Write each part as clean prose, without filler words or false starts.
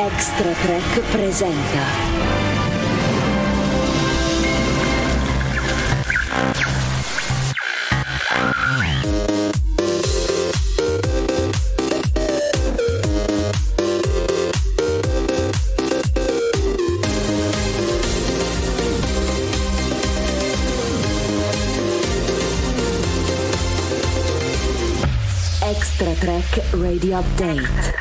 Extra Trek presenta Extra Trek Radio Update.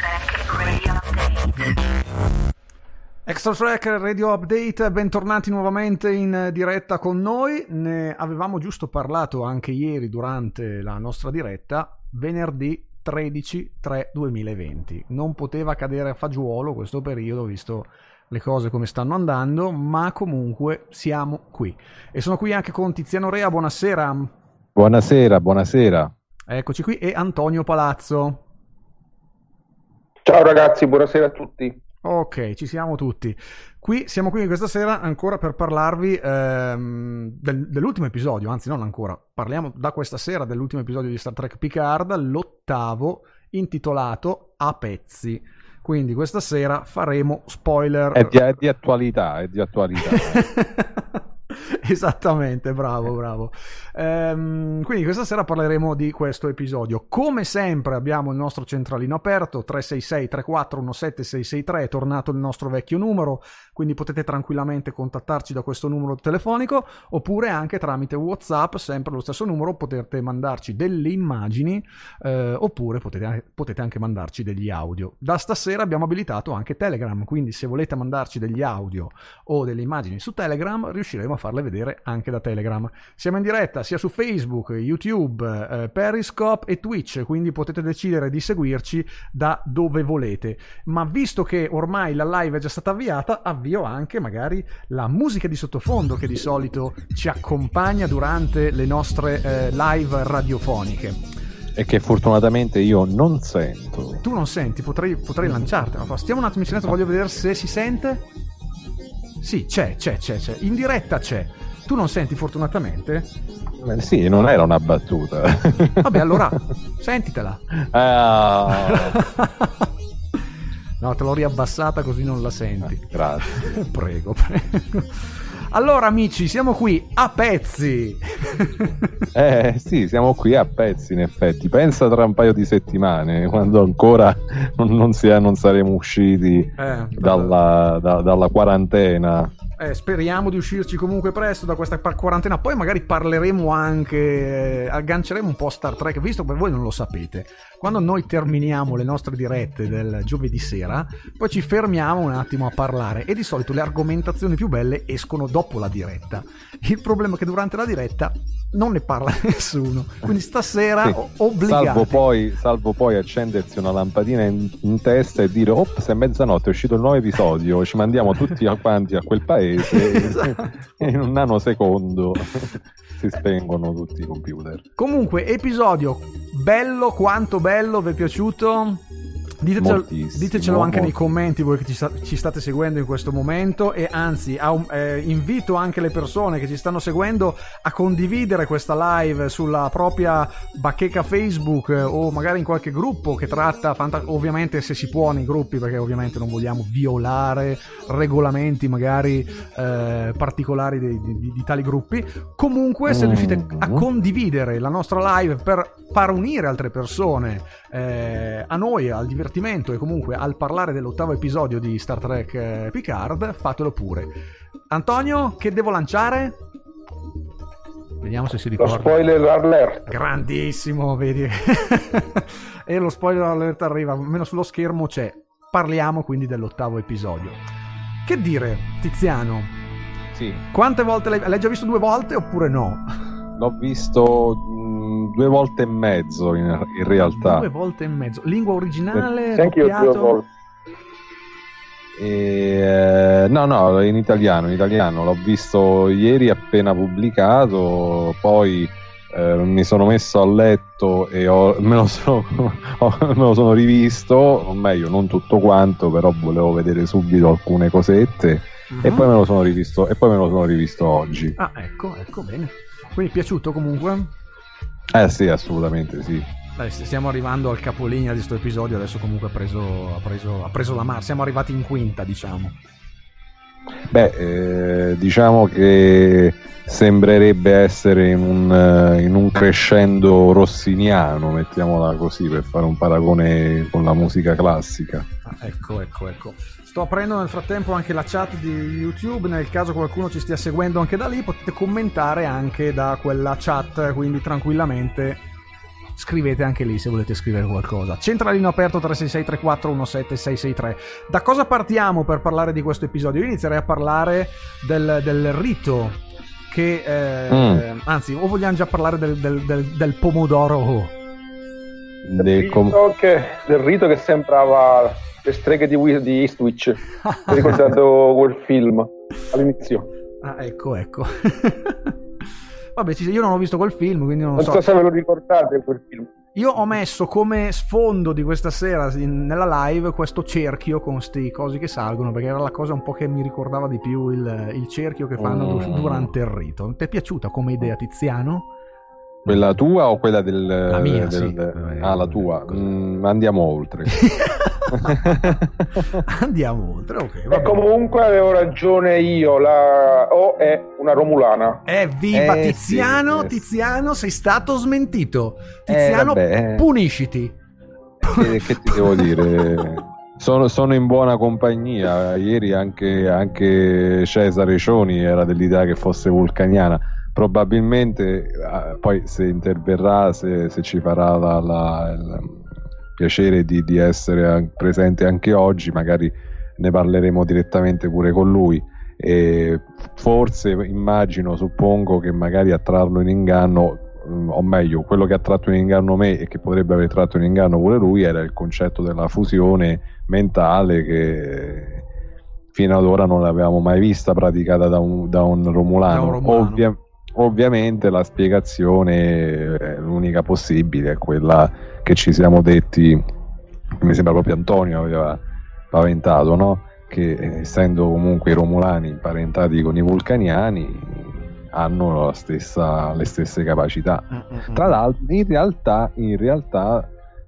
Extra Trek Radio Update, bentornati nuovamente in diretta con noi. Ne avevamo giusto parlato anche ieri durante la nostra diretta, venerdì 13/3/2020. Non poteva cadere a fagiolo questo periodo, visto le cose come stanno andando, ma comunque siamo qui. E sono qui anche con Tiziano Rea, buonasera. Buonasera. Eccoci qui, e Antonio Palazzo. Ciao ragazzi, buonasera a tutti. Ok, ci siamo tutti. Siamo qui questa sera ancora per parlarvi dell'ultimo episodio, anzi non ancora, parliamo da questa sera dell'ultimo episodio di Star Trek Picard, l'8º, intitolato A Pezzi. Quindi questa sera faremo spoiler. È di attualità. Esattamente, bravo. Quindi questa sera parleremo di questo episodio. Come sempre abbiamo il nostro centralino aperto, 366 34 17 663, è tornato il nostro vecchio numero, quindi potete tranquillamente contattarci da questo numero telefonico, oppure anche tramite WhatsApp, sempre lo stesso numero, potete mandarci delle immagini, oppure potete anche mandarci degli audio. Da stasera abbiamo abilitato anche Telegram, quindi se volete mandarci degli audio o delle immagini su Telegram, riusciremo a farle vedere anche da Telegram. Siamo in diretta sia su Facebook, YouTube, Periscope e Twitch, quindi potete decidere di seguirci da dove volete. Ma visto che ormai la live è già stata avviata, avvio anche magari la musica di sottofondo che di solito ci accompagna durante le nostre live radiofoniche. E che fortunatamente io non sento. Tu non senti? Potrei lanciartela. Stiamo un attimo in silenzio, voglio vedere se si sente. Sì, c'è. In diretta c'è. Tu non senti fortunatamente? Sì, non era una battuta. Vabbè, allora, sentitela. No, te l'ho riabbassata così non la senti. Grazie. Prego. Allora amici, siamo qui a pezzi. Sì, siamo qui a pezzi in effetti. Pensa tra un paio di settimane, quando ancora non saremo usciti dalla quarantena. Speriamo di uscirci comunque presto da questa quarantena. Poi magari parleremo anche, agganceremo un po' Star Trek, visto che voi non lo sapete. Quando noi terminiamo le nostre dirette del giovedì sera, poi ci fermiamo un attimo a parlare, e di solito le argomentazioni più belle escono dopo la diretta. Il problema è che durante la diretta non ne parla nessuno, quindi stasera sì, obbligati. Salvo poi accendersi una lampadina in testa e dire ops, è mezzanotte, è uscito il nuovo episodio, ci mandiamo tutti quanti a quel paese. Esatto. E in un nanosecondo si spengono tutti i computer. Comunque, episodio bello, quanto bello, vi è piaciuto? Ditecelo anche nei commenti, voi che ci state seguendo in questo momento, e anzi invito anche le persone che ci stanno seguendo a condividere questa live sulla propria bacheca Facebook, o magari in qualche gruppo che tratta ovviamente, se si può, nei gruppi, perché ovviamente non vogliamo violare regolamenti magari particolari di tali gruppi. Comunque, se riuscite a condividere la nostra live per far unire altre persone a noi, al divertimento e comunque al parlare dell'8º episodio di Star Trek Picard, fatelo pure. Antonio, che devo lanciare? Vediamo se si ricorda. Lo spoiler alert. Grandissimo, vedi. E lo spoiler alert arriva, almeno sullo schermo c'è. Parliamo quindi dell'8º episodio. Che dire, Tiziano? Sì. Quante volte l'hai già visto? 2 volte oppure no? L'ho visto 2 volte e mezzo in realtà. 2 volte e mezzo. Lingua originale? Sì, anche io 2 volte. No, in italiano. L'ho visto ieri appena pubblicato, poi mi sono messo a letto e me lo sono rivisto, o meglio, non tutto quanto, però volevo vedere subito alcune cosette. E poi me lo sono rivisto oggi. Ah, ecco, bene. Quindi è piaciuto comunque? Sì, assolutamente sì. Dai, stiamo arrivando al capolinea di sto episodio, adesso comunque ha preso la mano, siamo arrivati in quinta, diciamo. Beh, diciamo che sembrerebbe essere in un crescendo rossiniano, mettiamola così, per fare un paragone con la musica classica. Ecco. Sto aprendo nel frattempo anche la chat di YouTube, nel caso qualcuno ci stia seguendo anche da lì, potete commentare anche da quella chat, quindi tranquillamente scrivete anche lì se volete scrivere qualcosa. Centralino aperto 366 34 17 663. Da cosa partiamo per parlare di questo episodio? Io inizierei a parlare del rito che anzi, o vogliamo già parlare del pomodoro? Del rito che sembrava le streghe di Eastwich. Ho ricordato quel film all'inizio. Ecco. Vabbè, io non ho visto quel film, quindi non so. Non so se ve lo ricordate quel film. Io ho messo come sfondo di questa sera nella live questo cerchio con sti cosi che salgono, perché era la cosa un po' che mi ricordava di più il cerchio che fanno durante il rito. Ti è piaciuta come idea, Tiziano? Quella tua o quella la mia, sì. La tua. Andiamo oltre. Andiamo oltre, ok. E comunque avevo ragione io, la O è una romulana. Evviva Tiziano, sì. Tiziano, sei stato smentito. Tiziano, punisciti. Che ti devo dire? Sono in buona compagnia. Ieri anche Cesare Cioni era dell'idea che fosse vulcaniana. Probabilmente poi se interverrà, se ci farà il piacere di essere presente anche oggi, magari ne parleremo direttamente pure con lui, e forse suppongo che magari a trarlo in inganno, o meglio quello che ha tratto in inganno me e che potrebbe aver tratto in inganno pure lui, era il concetto della fusione mentale che fino ad ora non l'avevamo mai vista praticata da un romulano. Ovviamente la spiegazione, l'unica possibile, è quella che ci siamo detti, mi sembra proprio Antonio aveva paventato, no? Che essendo comunque i romulani imparentati con i vulcaniani hanno le stesse capacità. Tra l'altro in realtà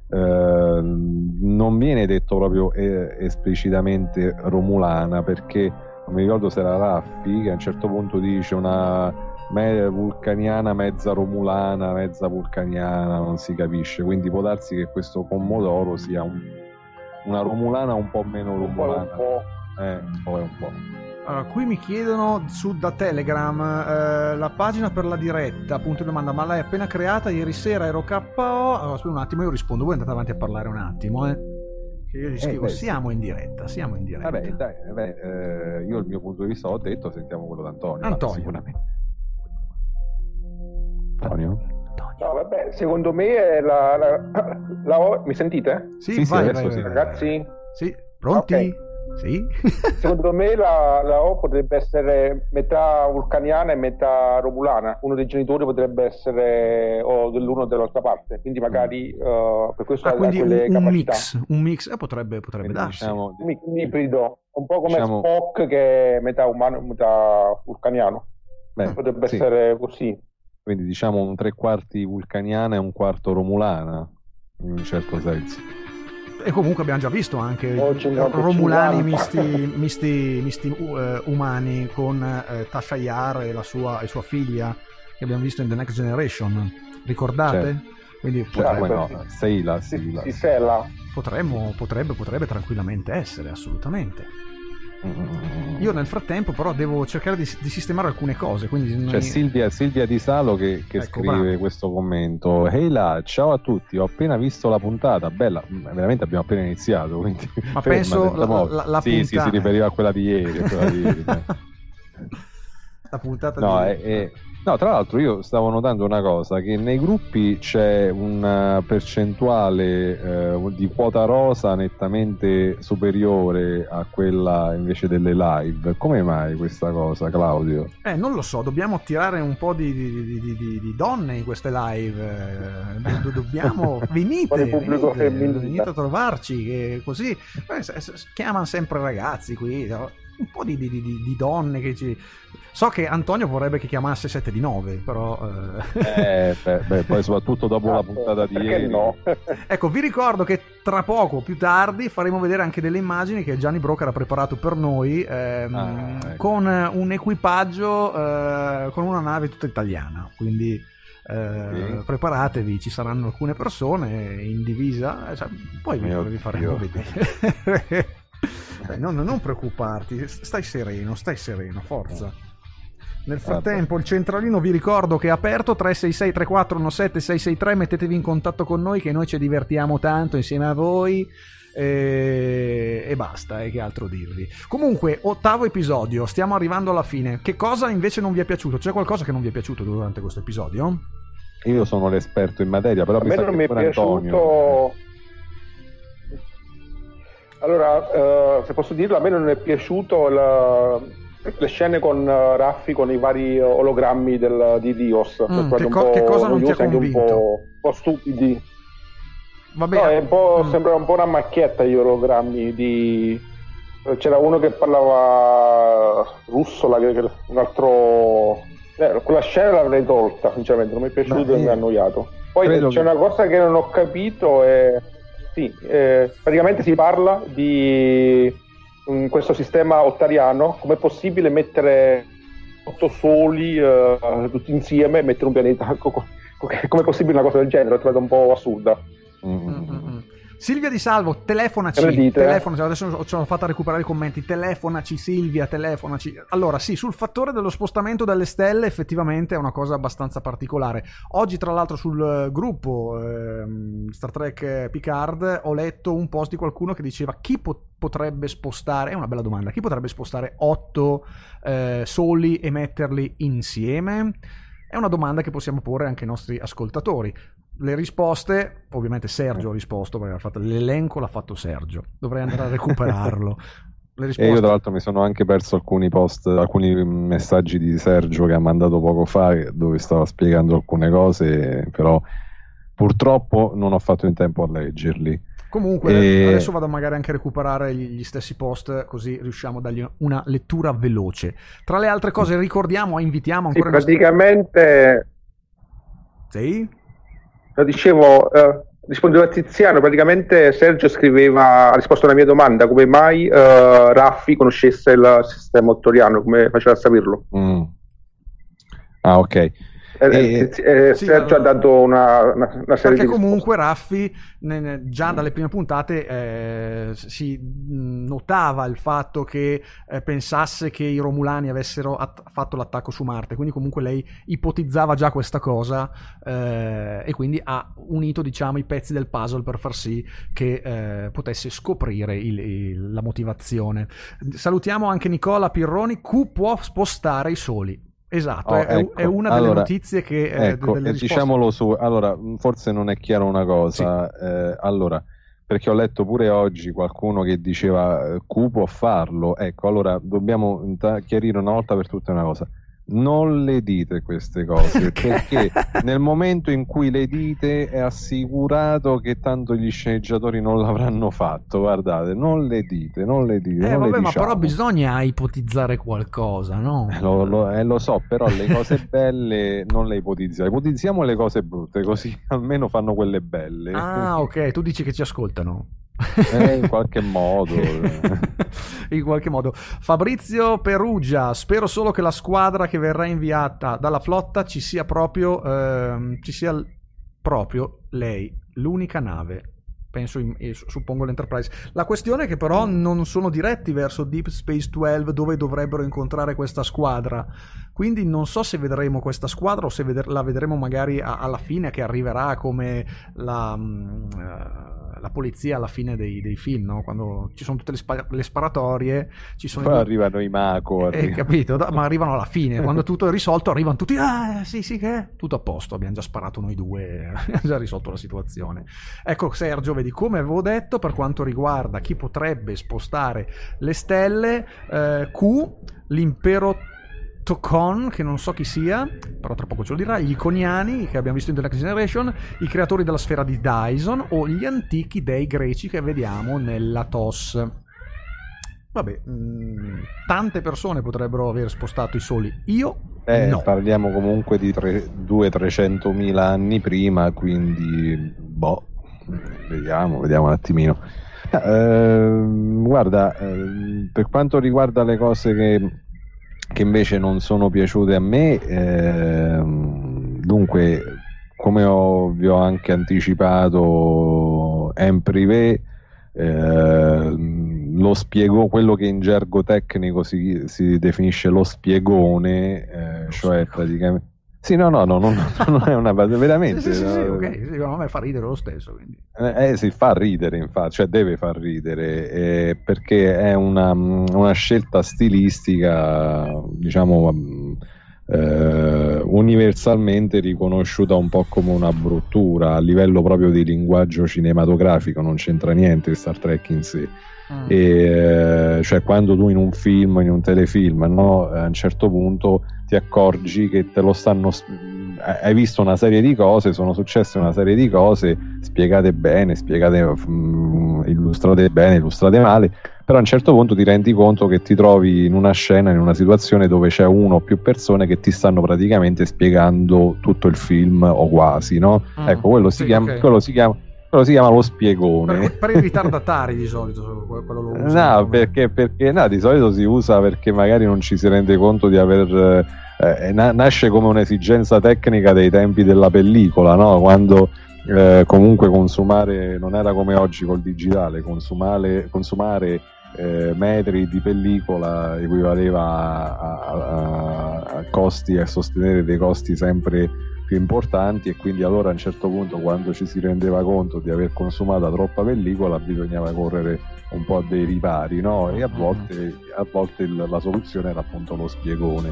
non viene detto proprio esplicitamente romulana, perché non mi ricordo se era Raffi che a un certo punto dice una vulcaniana mezza romulana, mezza vulcaniana, non si capisce, quindi può darsi che questo pomodoro sia una romulana un po' meno romulana, un po'. Allora, qui mi chiedono da Telegram la pagina per la diretta, punto di domanda, ma l'hai appena creata? Ieri sera ero KO. Allora, aspetta un attimo, io rispondo, voi andate avanti a parlare un attimo, che io gli scrivo, siamo in diretta. Vabbè, dai, io il mio punto di vista l'ho detto, sentiamo quello d'Antonio. Sicuramente. Antonio? No, vabbè, secondo me è la O. Mi sentite? Sì, vai, sì. Ragazzi? Sì, pronti? Okay. Sì. Secondo me la O potrebbe essere metà vulcaniana e metà romulana. Uno dei genitori potrebbe essere o dell'uno o dell'altra parte, quindi magari per questo ha quelle capacità. Un mix potrebbe darsi. Un ibrido, un po' come Spock che è metà umano e metà vulcaniano. Potrebbe essere così. Quindi diciamo un 3/4 vulcaniana e un quarto romulana, in un certo senso. E comunque abbiamo già visto anche romulani misti umani con Tasha Yar e sua figlia, che abbiamo visto in The Next Generation, ricordate? Certo. Quindi Sela. Potrebbe tranquillamente essere, assolutamente. Io nel frattempo però devo cercare di sistemare alcune cose, quindi c'è Silvia Di Salo che scrive bravo. Questo commento: Ehi là, ciao a tutti, ho appena visto la puntata, bella, veramente abbiamo appena iniziato, quindi ma penso la puntata si riferiva a quella di ieri, la puntata No, tra l'altro io stavo notando una cosa, che nei gruppi c'è una percentuale di quota rosa nettamente superiore a quella invece delle live. Come mai questa cosa, Claudio? Non lo so, dobbiamo attirare un po' di donne in queste live, dobbiamo venite a trovarci, che così chiamano sempre ragazzi qui, un po' di donne che ci... So che Antonio vorrebbe che chiamasse 7 di 9, però... poi soprattutto dopo la puntata di ieri. No? Ecco, vi ricordo che tra poco, più tardi, faremo vedere anche delle immagini che Gianni Broker ha preparato per noi, ecco. con un equipaggio, con una nave tutta italiana, quindi... preparatevi, ci saranno alcune persone in divisa, poi vi faremo vedere. Non preoccuparti, stai sereno, forza. Nel frattempo il centralino vi ricordo che è aperto, 366 3417 663, mettetevi in contatto con noi che noi ci divertiamo tanto insieme a voi. E basta, che altro dirvi. Comunque, 8º episodio, stiamo arrivando alla fine. Che cosa invece non vi è piaciuto? C'è qualcosa che non vi è piaciuto durante questo episodio? Io sono l'esperto in materia, però a me non mi è piaciuto. Allora, se posso dirlo, a me non è piaciuto le scene con Raffi con i vari ologrammi di Dios. Che cosa non ti ha convinto? Un po' stupidi. Vabbè, no, sembrava un po' una macchietta gli ologrammi c'era uno che parlava russo, un altro... quella scena l'avrei tolta, sinceramente, non mi è piaciuto e mi ha annoiato. Poi c'è una cosa che non ho capito, praticamente si parla di questo sistema ottariano, com'è possibile mettere 8 soli tutti insieme e mettere un pianeta, com'è possibile una cosa del genere? L'ho trovato un po' assurda. Silvia Di Salvo, telefonaci, adesso ci hanno fatto recuperare i commenti, telefonaci Silvia, telefonaci. Allora sì, sul fattore dello spostamento dalle stelle effettivamente è una cosa abbastanza particolare. Oggi tra l'altro sul gruppo Star Trek Picard ho letto un post di qualcuno che diceva chi potrebbe spostare, è una bella domanda, chi potrebbe spostare 8 soli e metterli insieme? È una domanda che possiamo porre anche ai nostri ascoltatori. Le risposte, ovviamente Sergio ha risposto perché l'elenco l'ha fatto Sergio, dovrei andare a recuperarlo. Le risposte... E io tra l'altro mi sono anche perso alcuni messaggi di Sergio che ha mandato poco fa dove stava spiegando alcune cose, però purtroppo non ho fatto in tempo a leggerli. Comunque adesso vado magari anche a recuperare gli stessi post, così riusciamo a dargli una lettura veloce. Tra le altre cose invitiamo ancora... praticamente... Sì? Dicevo, rispondeva a Tiziano, praticamente Sergio ha risposto alla mia domanda, come mai Raffi conoscesse il sistema ottoriano, come faceva a saperlo. Ah, ok. Sergio ha dato una serie perché di comunque Raffi già dalle prime puntate si notava il fatto che pensasse che i Romulani avessero fatto l'attacco su Marte, quindi comunque lei ipotizzava già questa cosa e quindi ha unito, diciamo, i pezzi del puzzle per far sì che potesse scoprire la motivazione. Salutiamo anche Nicola Pirroni. Q può spostare i soli. Esatto, è una delle notizie che... Ecco, diciamolo su... Allora, forse non è chiaro una cosa. Sì. Allora, perché ho letto pure oggi qualcuno che diceva Q può farlo. Ecco, allora, dobbiamo chiarire una volta per tutte una cosa. Non le dite queste cose, perché nel momento in cui le dite è assicurato che tanto gli sceneggiatori non l'avranno fatto. Guardate, non le dite. Non vabbè, le diciamo. Ma però bisogna ipotizzare qualcosa, no? Lo so, però le cose belle non le ipotizziamo. Ipotizziamo le cose brutte, così almeno fanno quelle belle. Ah, ok, tu dici che ci ascoltano. In qualche modo. In qualche modo. Fabrizio Perugia, spero solo che la squadra che verrà inviata dalla flotta ci sia proprio lei, l'unica nave. Penso suppongo l'Enterprise. La questione è che però non sono diretti verso Deep Space 12 dove dovrebbero incontrare questa squadra, quindi non so se vedremo questa squadra o se la vedremo magari alla fine, che arriverà come la polizia alla fine dei film, no? Quando ci sono tutte le sparatorie, poi arrivano i Mako, capito? Ma arrivano alla fine, quando tutto è risolto arrivano tutti, sì, che è tutto a posto, abbiamo già sparato noi due, abbiamo già risolto la situazione. Ecco Sergio, vedi, come avevo detto, per quanto riguarda chi potrebbe spostare le stelle, Q, l'impero Tocon, che non so chi sia, però tra poco ce lo dirà, gli Iconiani che abbiamo visto in The Next Generation, i creatori della sfera di Dyson o gli antichi dei greci che vediamo nella TOS. Vabbè, tante persone potrebbero aver spostato i soli, io no. Parliamo comunque di 200-300 mila anni prima, quindi vediamo un attimino. Guarda, per quanto riguarda le cose che invece non sono piaciute a me, dunque, come vi ho anche anticipato en privé, quello che in gergo tecnico si definisce lo spiegone, cioè praticamente non è una base veramente. Sì, ok, secondo me fa ridere lo stesso, quindi. Si fa ridere, infatti, cioè deve far ridere, perché è una scelta stilistica, diciamo, universalmente riconosciuta un po' come una bruttura a livello proprio di linguaggio cinematografico. Non c'entra niente Star Trek in sé. Cioè, quando tu in un film, in un telefilm, no, a un certo punto ti accorgi che te lo stanno hai visto una serie di cose, sono successe una serie di cose spiegate bene, illustrate bene, illustrate male, però a un certo punto ti rendi conto che ti trovi in una scena, in una situazione dove c'è uno o più persone che ti stanno praticamente spiegando tutto il film o quasi, no? Ecco, quello si chiama lo spiegone. Per i ritardatari di solito quello lo usa. No, perché di solito si usa perché magari non ci si rende conto di aver nasce come un'esigenza tecnica dei tempi della pellicola, no? Quando comunque consumare non era come oggi col digitale, consumare metri di pellicola equivaleva a costi, a sostenere dei costi sempre più importanti, e quindi allora a un certo punto, quando ci si rendeva conto di aver consumato troppa pellicola, bisognava correre un po' a dei ripari, no? E a volte la soluzione era appunto lo spiegone.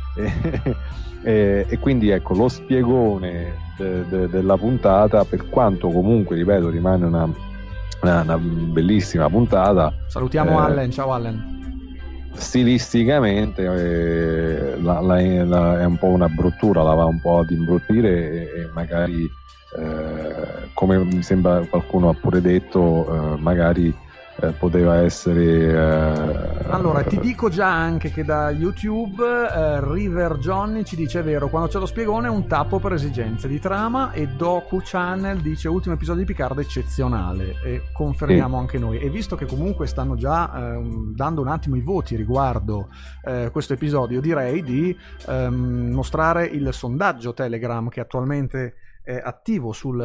E quindi ecco, lo spiegone della puntata, per quanto comunque, ripeto, rimane una bellissima puntata. Salutiamo Allen, ciao Allen. Stilisticamente è un po' una bruttura, la va un po' ad imbruttire, e magari come mi sembra qualcuno ha pure detto, magari poteva essere allora ti dico già anche che da YouTube River Johnny ci dice: è vero, quando c'è lo spiegone è un tappo per esigenze di trama, e Doku Channel dice ultimo episodio di Picard eccezionale, e confermiamo anche noi. E visto che comunque stanno già dando un attimo i voti riguardo questo episodio, direi di mostrare il sondaggio Telegram che attualmente è attivo sul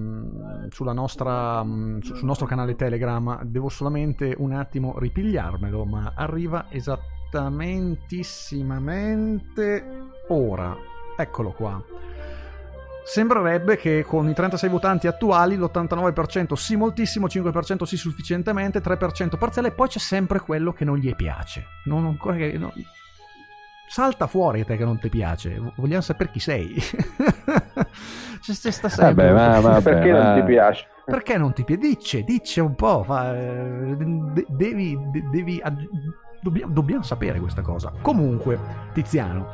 nostro canale Telegram. Devo solamente un attimo ripigliarmelo, ma arriva esattamentissimamente ora. Eccolo qua. Sembrerebbe che con i 36 votanti attuali l'89% sì moltissimo, 5% sì sufficientemente, 3% parziale, e poi c'è sempre quello che non gli piace. Salta fuori a te che non ti piace, vogliamo sapere chi sei. Sta sempre. Perché non ti piace? Perché non ti piace? Dice un po'. Dobbiamo sapere questa cosa. Comunque, Tiziano,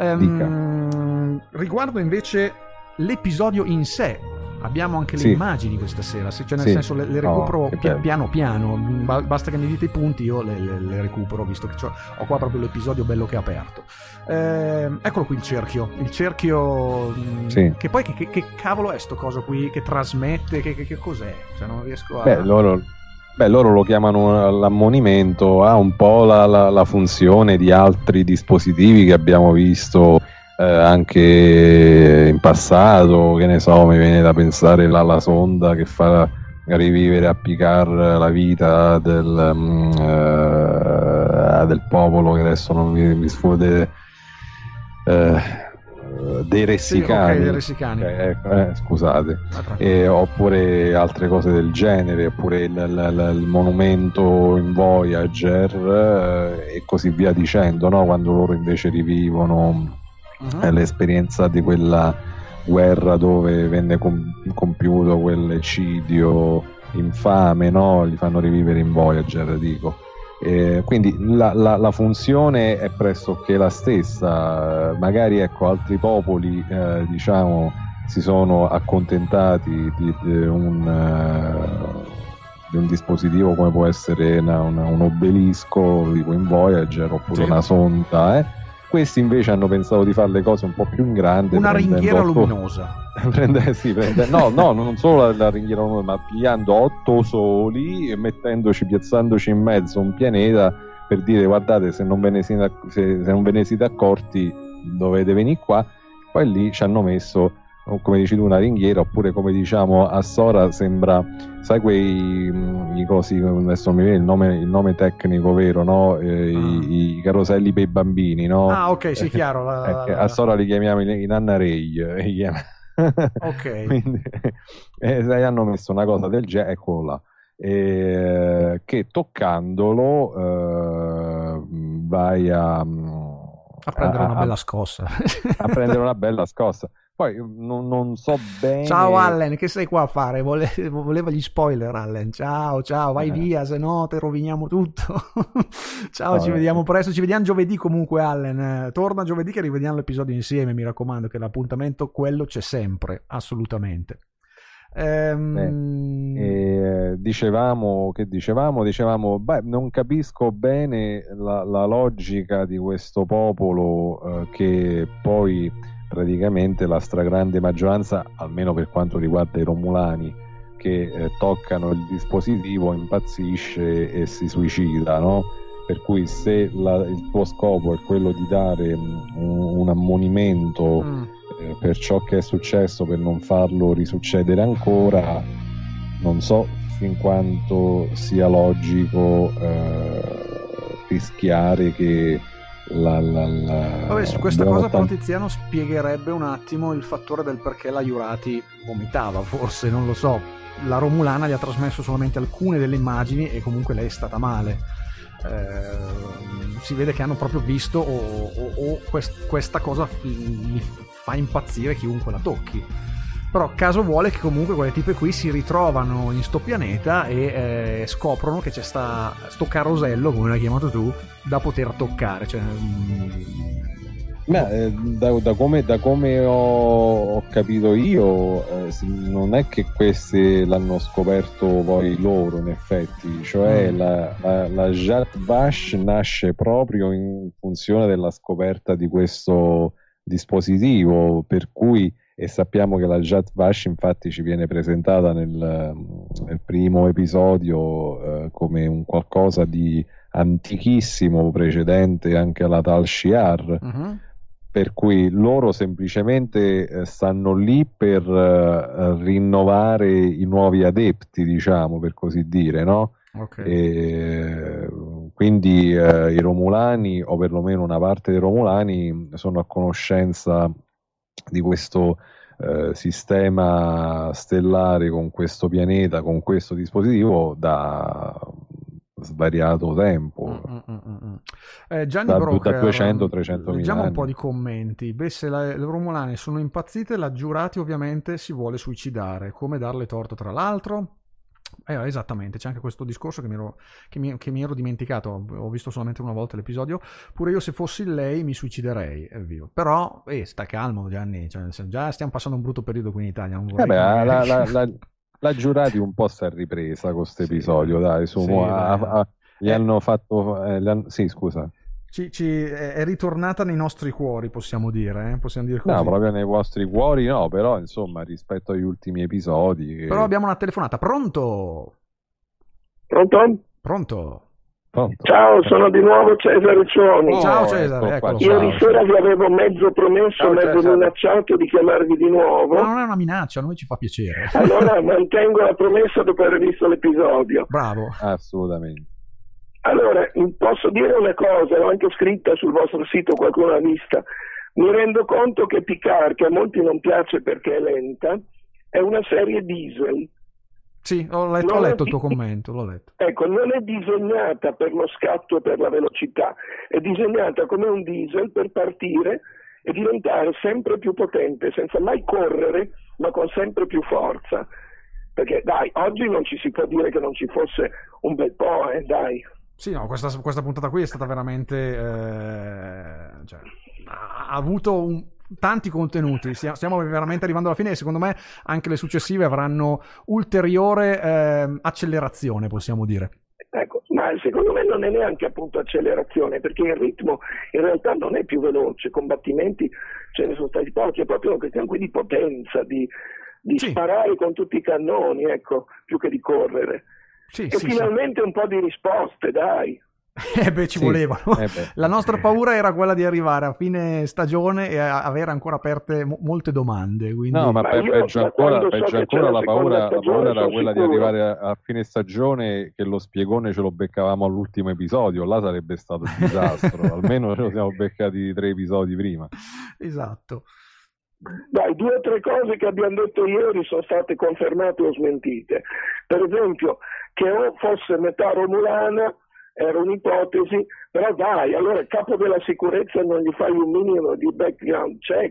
riguardo invece l'episodio in sé, abbiamo anche le immagini questa sera, cioè nel senso le recupero piano piano, basta che mi dite i punti, io le recupero, visto che ho qua proprio l'episodio bello che è aperto. Eccolo qui il cerchio che poi che cavolo è sto coso qui che trasmette, che cos'è? Cioè non riesco a... loro lo chiamano l'ammonimento, ha un po' la funzione di altri dispositivi che abbiamo visto anche in passato, che ne so, mi viene da pensare la sonda che fa rivivere a Picard la vita del popolo, che adesso non mi sfugge, dei Ressicani, dei Ressicani. Scusate, oppure altre cose del genere, oppure il monumento in Voyager, e così via dicendo, no? Quando loro invece rivivono l'esperienza di quella guerra dove venne compiuto quell'eccidio infame, no? Li fanno rivivere in Voyager, dico. Quindi la funzione è pressoché la stessa. Magari ecco, altri popoli diciamo si sono accontentati di un dispositivo come può essere un obelisco tipo in Voyager oppure una sonda. Questi invece hanno pensato di fare le cose un po' più in grande, una ringhiera luminosa. No, non solo la ringhiera luminosa, ma pigliando 8 soli e piazzandoci in mezzo un pianeta per dire: guardate, se non ve ne siete accorti dovete venire qua. Poi lì ci hanno messo, come dici tu, una ringhiera, oppure come diciamo a Sora sembra, sai, i cosi, adesso mi viene il nome tecnico vero, no? I caroselli per i bambini, no? Ah, ok, sì, chiaro. A Sora li chiamiamo i Nanna Ray. Ok. Quindi hanno messo una cosa del genere, eccolo là, che toccandolo vai a prendere una bella scossa. A prendere una bella scossa. Poi non so bene. Ciao Allen, che sei qua a fare? Voleva gli spoiler, Allen. Ciao, vai via, se no te roviniamo tutto. Ciao, ci vediamo presto. Ci vediamo giovedì comunque, Allen. Torna giovedì che rivediamo l'episodio insieme, mi raccomando, che l'appuntamento quello c'è sempre, assolutamente. Dicevamo, beh, non capisco bene la logica di questo popolo che poi praticamente la stragrande maggioranza, almeno per quanto riguarda i Romulani, che toccano il dispositivo, impazzisce e si suicida, no? Per cui se il tuo scopo è quello di dare un ammonimento per ciò che è successo, per non farlo risuccedere ancora, non so fin quanto sia logico rischiare che Vabbè, su questa cosa però Tiziano spiegherebbe un attimo il fattore del perché la Jurati vomitava, forse, non lo so. La Romulana gli ha trasmesso solamente alcune delle immagini e comunque lei è stata male. Si vede che hanno proprio visto o questa cosa gli fa impazzire chiunque la tocchi. Però caso vuole che comunque quelle tipe qui si ritrovano in sto pianeta e scoprono che c'è sto carosello, come l'hai chiamato tu, da poter toccare. Cioè, da come ho capito io, non è che queste l'hanno scoperto poi loro, in effetti, cioè la Zhat Vash nasce proprio in funzione della scoperta di questo dispositivo, per cui, e sappiamo che la Zhat Vash infatti ci viene presentata nel primo episodio come un qualcosa di antichissimo, precedente anche alla Tal Shiar. Per cui loro semplicemente stanno lì per rinnovare i nuovi adepti, diciamo, per così dire, no? Okay. E quindi i Romulani, o perlomeno una parte dei Romulani, sono a conoscenza di questo sistema stellare, con questo pianeta, con questo dispositivo da svariato tempo, Gianni Broker, da 200-300 leggiamo anni. Un po' di commenti. Beh, se le Romulane sono impazzite, la Jurati ovviamente si vuole suicidare. Come darle torto, tra l'altro? Esattamente, c'è anche questo discorso che mi ero dimenticato. Ho visto solamente una volta l'episodio. Pure io, se fossi lei, mi suiciderei, evviva. Però sta calmo, Gianni, cioè, già stiamo passando un brutto periodo qui in Italia, non vorrei la Giurati un po' si è ripresa con questo episodio, dai, gli hanno fatto sì, scusa, è ritornata nei nostri cuori, possiamo dire così. No, proprio nei vostri cuori no, però insomma rispetto agli ultimi episodi Però abbiamo una telefonata. Pronto? Ciao, sono di nuovo Cesare Cioni. Ciao Cesare, eccolo. Ieri sera vi avevo mezzo promesso, mezzo minacciato di chiamarvi di nuovo. Ma non è una minaccia, a noi ci fa piacere. Allora mantengo la promessa dopo aver visto l'episodio. Bravo. Assolutamente. Allora, posso dire una cosa, l'ho anche scritta sul vostro sito, qualcuno l'ha vista. Mi rendo conto che Picard, che a molti non piace perché è lenta, è una serie diesel. Sì, ho letto il tuo commento, l'ho letto. Ecco, non è disegnata per lo scatto e per la velocità, è disegnata come un diesel per partire e diventare sempre più potente, senza mai correre, ma con sempre più forza. Perché, dai, oggi non ci si può dire che non ci fosse un bel po', dai. Sì, no, questa puntata qui è stata veramente... ha avuto tanti contenuti, stiamo veramente arrivando alla fine e secondo me anche le successive avranno ulteriore accelerazione, possiamo dire. Ecco, ma secondo me non è neanche appunto accelerazione, perché il ritmo in realtà non è più veloce, combattimenti ce ne sono stati pochi, è proprio una questione qui di potenza, di Sì. sparare con tutti i cannoni, ecco, più che di correre. Sì, E finalmente un po' di risposte, dai. Ci volevano. La nostra paura era quella di arrivare a fine stagione e avere ancora aperte molte domande. Quindi... No, ma peggio ancora la paura era quella di arrivare a fine stagione che lo spiegone ce lo beccavamo all'ultimo episodio. Là sarebbe stato un disastro. Almeno ce lo siamo beccati 3 episodi prima. Esatto. Dai, 2 o 3 cose che abbiamo detto ieri sono state confermate o smentite. Per esempio, che o fosse metà romulana era un'ipotesi, però dai, allora il capo della sicurezza non gli fai un minimo di background check?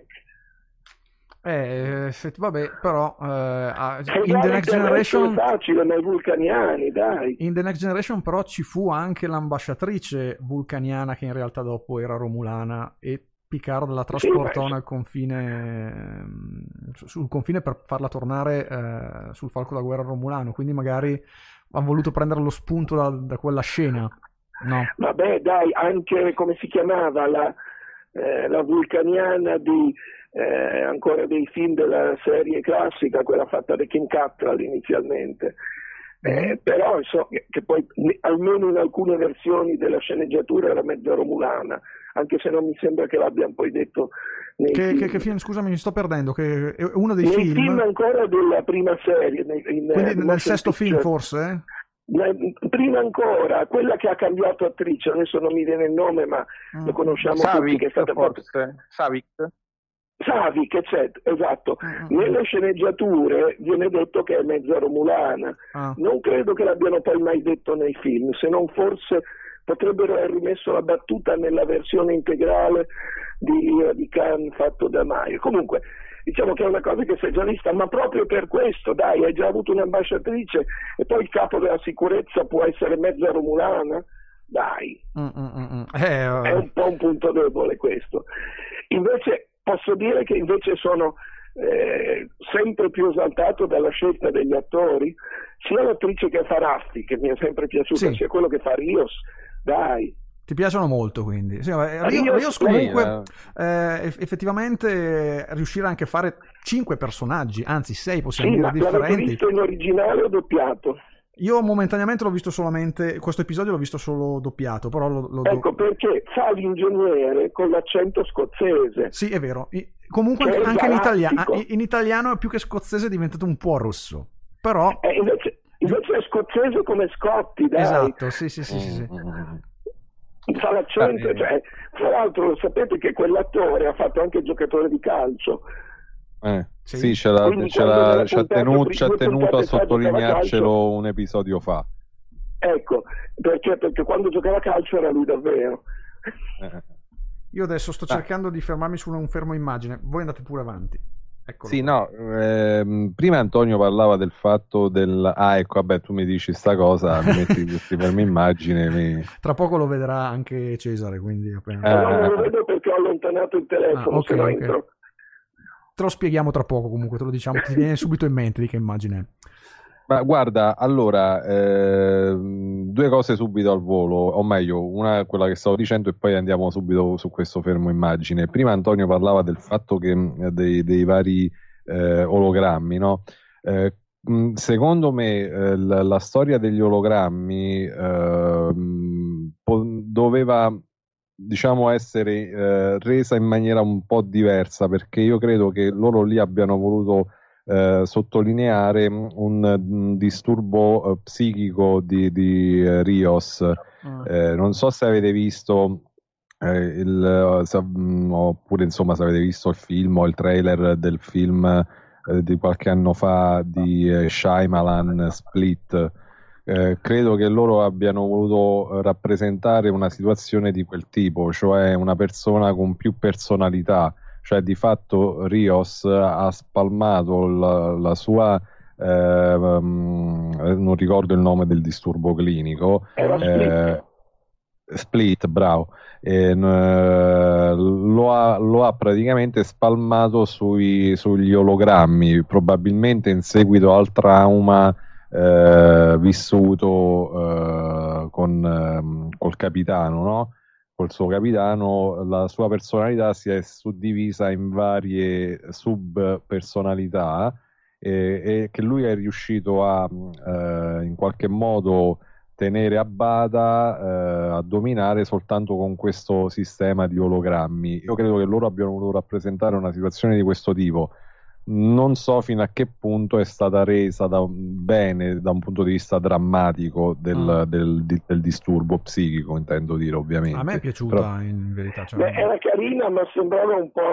Vabbè, però in The Next Generation è facile, ma i vulcaniani, dai. In The Next Generation però ci fu anche l'ambasciatrice vulcaniana che in realtà dopo era romulana e Picard la trasportò nel confine, sul confine per farla tornare sul falco da guerra romulano, quindi magari hanno voluto prendere lo spunto da quella scena, no? Vabbè, dai, anche come si chiamava la vulcaniana di ancora dei film della serie classica, quella fatta da Kim Cattrall inizialmente. Però insomma, che poi almeno in alcune versioni della sceneggiatura era mezza romulana, anche se non mi sembra che l'abbiamo poi detto nei film. Che film, scusami, mi sto perdendo, che è uno dei nei film ancora della prima serie, quindi nel sesto film forse? Prima ancora, quella che ha cambiato attrice, adesso non mi viene il nome, ma lo conosciamo tutti, che è stata Savick, eccetera, esatto. Nelle sceneggiature viene detto che è mezza romulana. Non credo che l'abbiano poi mai detto nei film, se non forse potrebbero aver rimesso la battuta nella versione integrale di Khan fatto da Maio. Comunque, diciamo che è una cosa che si è già vista, ma proprio per questo, dai, hai già avuto un'ambasciatrice e poi il capo della sicurezza può essere mezza romulana? Dai, è un po' un punto debole questo. Invece posso dire che invece sono sempre più esaltato dalla scelta degli attori, sia l'attrice che fa Raffi, che mi è sempre piaciuta, sia quello che fa Rios, dai. Ti piacciono molto, quindi. Sì, Rios comunque effettivamente riuscire anche a fare 5 personaggi, anzi 6 possiamo dire differenti. L'avete visto in originale o doppiato? Io momentaneamente l'ho visto solamente, questo episodio l'ho visto solo doppiato, però ecco perché fa l'ingegnere con l'accento scozzese. Sì, è vero. Comunque anche in italiano più che scozzese è diventato un po' russo. Però invece è scozzese come Scotti, dai. Esatto, sì. Fa l'accento, cioè, tra l'altro sapete che quell'attore ha fatto anche il giocatore di calcio. Sì, ci ha tenuto a sottolinearcelo un episodio fa. Ecco, perché quando giocava a calcio era lui davvero. Io adesso sto cercando di fermarmi su un fermo immagine, voi andate pure avanti. Eccolo. Sì, no, prima Antonio parlava del fatto ecco, vabbè, tu mi dici sta cosa, mi metti questi fermi immagine. Tra poco lo vedrà anche Cesare, quindi non lo vedo perché ho allontanato il telefono, se no entro. Te lo spieghiamo tra poco, comunque te lo diciamo, ti viene subito in mente di che immagine è. Ma guarda, allora, 2 cose subito al volo, o meglio, una quella che stavo dicendo e poi andiamo subito su questo fermo immagine. Prima Antonio parlava del fatto che dei vari ologrammi, no? Secondo me la storia degli ologrammi doveva, diciamo, essere resa in maniera un po' diversa, perché io credo che loro lì abbiano voluto sottolineare un disturbo psichico di Rios. Non so se avete visto oppure insomma se avete visto il film o il trailer del film di qualche anno fa di Shyamalan, Split. Credo che loro abbiano voluto rappresentare una situazione di quel tipo, cioè una persona con più personalità. Cioè di fatto Rios ha spalmato la sua non ricordo il nome del disturbo clinico, Split, bravo. Lo ha praticamente spalmato sugli ologrammi, probabilmente in seguito al trauma vissuto col capitano, no? Col suo capitano. La sua personalità si è suddivisa in varie sub-personalità e che lui è riuscito a in qualche modo tenere a bada, a dominare soltanto con questo sistema di ologrammi. Io credo che loro abbiano voluto rappresentare una situazione di questo tipo. Non so fino a che punto è stata resa bene da un punto di vista drammatico del disturbo psichico, intendo dire, ovviamente. A me è piaciuta, però, in verità. Cioè... Beh, era carina, ma sembrava un po'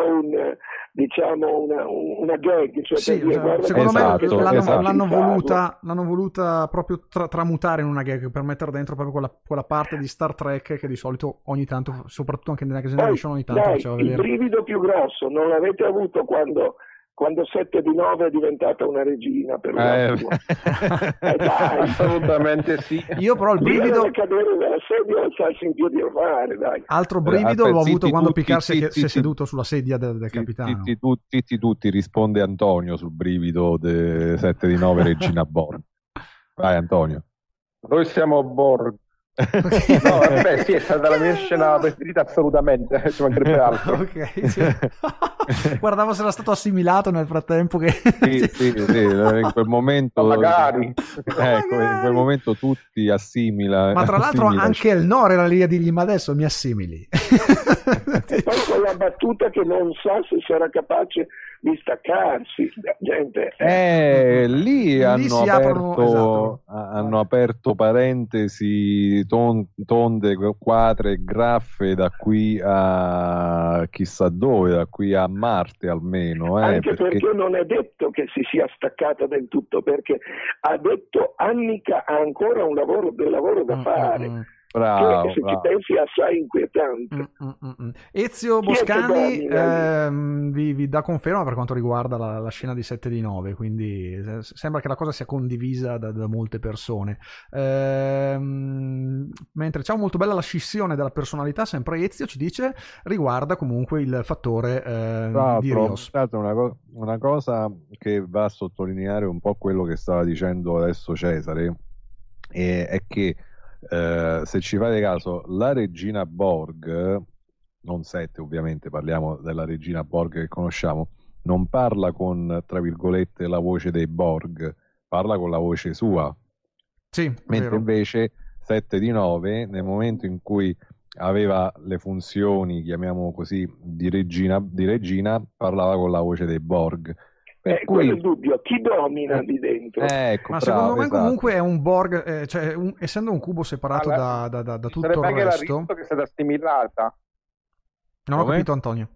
una gag. Cioè, sì, secondo me l'hanno voluta proprio tramutare in una gag per mettere dentro proprio quella parte di Star Trek che di solito ogni tanto, soprattutto anche nella Generation, ogni tanto faceva vedere. Il brivido più grosso non l'avete avuto quando 7 di 9 è diventata una regina per assolutamente sì. Io però il brivido cadere dalla sedia e alzarsi in piedi a fare, dai. Altro brivido l'ho avuto quando Picard si è seduto sulla sedia del capitano. Tutti risponde Antonio sul brivido 7 di 9 regina Borg. Vai Antonio. Noi siamo Borg. No, vabbè, sì, è stata la mia scena preferita assolutamente, ci mancherebbe altro. Ok, sì. Guardavo se era stato assimilato nel frattempo che... sì, in quel momento magari in quel momento tutti assimila. Ma tra l'altro anche il Nor era lì a dirgli: ma adesso mi assimili. E poi con la battuta che non sa se sarà capace di staccarsi, gente. Lì hanno aperto parentesi tonde, quadre, graffe da qui a chissà dove, da qui a Marte almeno. Anche perché non è detto che si sia staccata del tutto, perché ha detto Annika ha ancora del lavoro da fare. Bravo, che se ci pensi è assai inquietante. Ezio Boscani vi dà conferma per quanto riguarda la scena di 7 di 9, quindi sembra che la cosa sia condivisa da molte persone. Mentre c'è molto bella la scissione della personalità, sempre Ezio ci dice, riguarda comunque il fattore di Rios. Una cosa che va a sottolineare un po' quello che stava dicendo adesso Cesare è che se ci fate caso, la regina Borg, non 7 ovviamente, parliamo della regina Borg che conosciamo, non parla con, tra virgolette, la voce dei Borg, parla con la voce sua. Sì, mentre vero. Invece 7 di 9, nel momento in cui aveva le funzioni, chiamiamo così, di regina, parlava con la voce dei Borg. Quello è il dubbio, chi domina lì dentro? Ecco, ma bravo, secondo me esatto. Comunque è un Borg, cioè essendo un cubo separato da tutto il anche resto. La che è stata assimilata. Non ho capito, Antonio.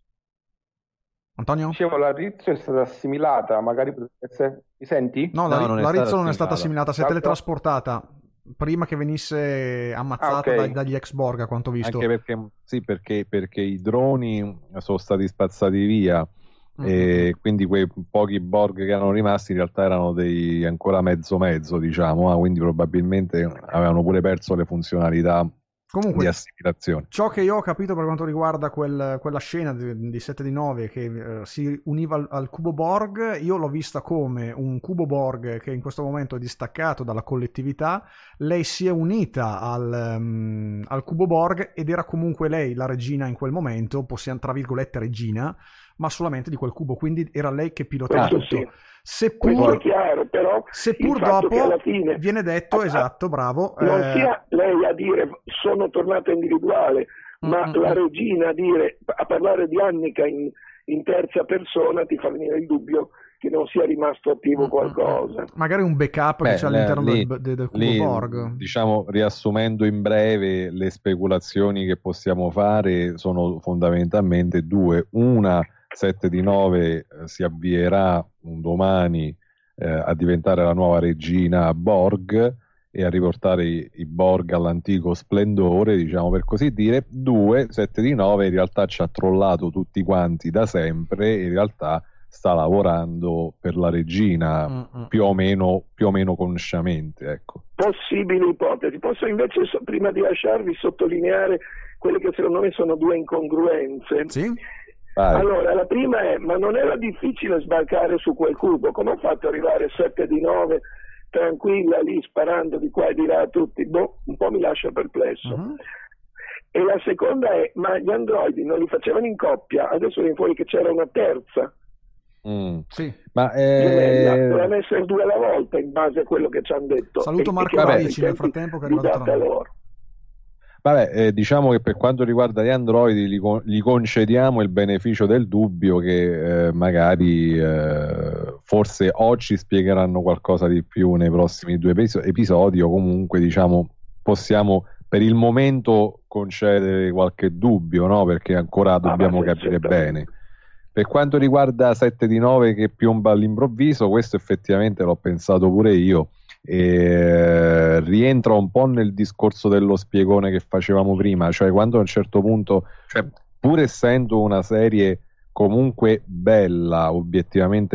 Dicevo, la Rizzo è stata assimilata, magari potrebbe essere... Mi senti? No, la Rizzo non è stata assimilata, si è teletrasportata prima che venisse ammazzata dagli ex Borg, a quanto visto. Anche perché i droni sono stati spazzati via. E quindi quei pochi Borg che erano rimasti in realtà erano ancora mezzo diciamo, quindi probabilmente avevano pure perso le funzionalità di assimilazione. Ciò che io ho capito per quanto riguarda quella scena di 7 di 9 che si univa al cubo Borg, io l'ho vista come un cubo Borg che in questo momento è distaccato dalla collettività, lei si è unita al cubo Borg ed era comunque lei la regina in quel momento, possiamo tra virgolette regina, ma solamente di quel cubo, quindi era lei che pilotava tutto. Sì. Seppur è chiaro, però dopo alla fine viene detto, esatto, bravo, non sia lei a dire sono tornata individuale, ma la regina a parlare di Annika in terza persona ti fa venire il dubbio che non sia rimasto attivo qualcosa. Magari un backup che c'è all'interno del cubo Borg. Diciamo, riassumendo in breve, le speculazioni che possiamo fare sono fondamentalmente due. Una, 7 di 9 si avvierà un domani a diventare la nuova regina Borg e a riportare i Borg all'antico splendore, diciamo per così dire. 2, 7 di 9 in realtà ci ha trollato tutti quanti da sempre, in realtà sta lavorando per la regina, più o meno consciamente, ecco. Possibili ipotesi. Posso invece, prima di lasciarvi, sottolineare quelle che secondo me sono due incongruenze. Sì? Vai. Allora, la prima è: ma non era difficile sbarcare su quel cubo? Come ha fatto ad arrivare 7 di 9 tranquilla lì, sparando di qua e di là a tutti? Un po' mi lascia perplesso. E la seconda è: ma gli androidi non li facevano in coppia? Adesso viene fuori che c'era una terza. Sì. Ma dovevano essere 2 alla volta, in base a quello che ci hanno detto. Saluto Marco Radici nel frattempo, che è arrivato tra noi. Vabbè, diciamo che per quanto riguarda gli androidi gli concediamo il beneficio del dubbio che magari forse o ci spiegheranno qualcosa di più nei prossimi 2 episodi, o comunque diciamo possiamo per il momento concedere qualche dubbio, no? Perché ancora dobbiamo capire bene. Per quanto riguarda 7 di 9 che piomba all'improvviso, questo effettivamente l'ho pensato pure io, e rientra un po' nel discorso dello spiegone che facevamo prima, cioè quando a un certo punto, cioè, pur essendo una serie comunque bella, obiettivamente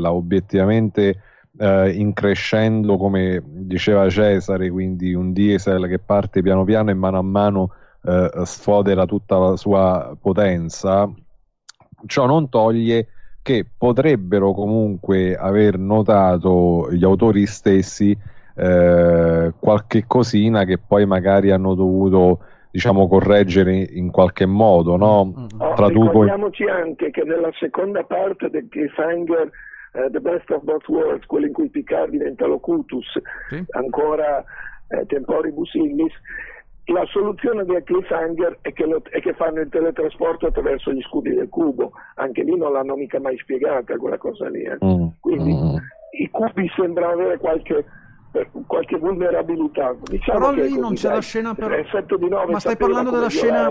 in crescendo, come diceva Cesare, quindi un diesel che parte piano piano e mano a mano sfodera tutta la sua potenza, ciò non toglie che potrebbero comunque aver notato gli autori stessi qualche cosina che poi magari hanno dovuto, diciamo, correggere in qualche modo, no? Ricordiamoci anche che nella seconda parte del cliffhanger The Best of Both Worlds, quello in cui Picard diventa Locutus, ancora temporibus illis, la soluzione del cliffhanger è che fanno il teletrasporto attraverso gli scudi del cubo. Anche lì non l'hanno mica mai spiegata quella cosa lì. Quindi i cubi sembrano avere qualche vulnerabilità. Diciamo, però che lì non c'è la scena per... 7 di 9, ma stai parlando della scena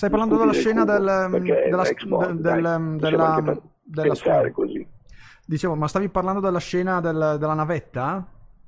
della scuola così. Dicevo, ma stavi parlando della scena della navetta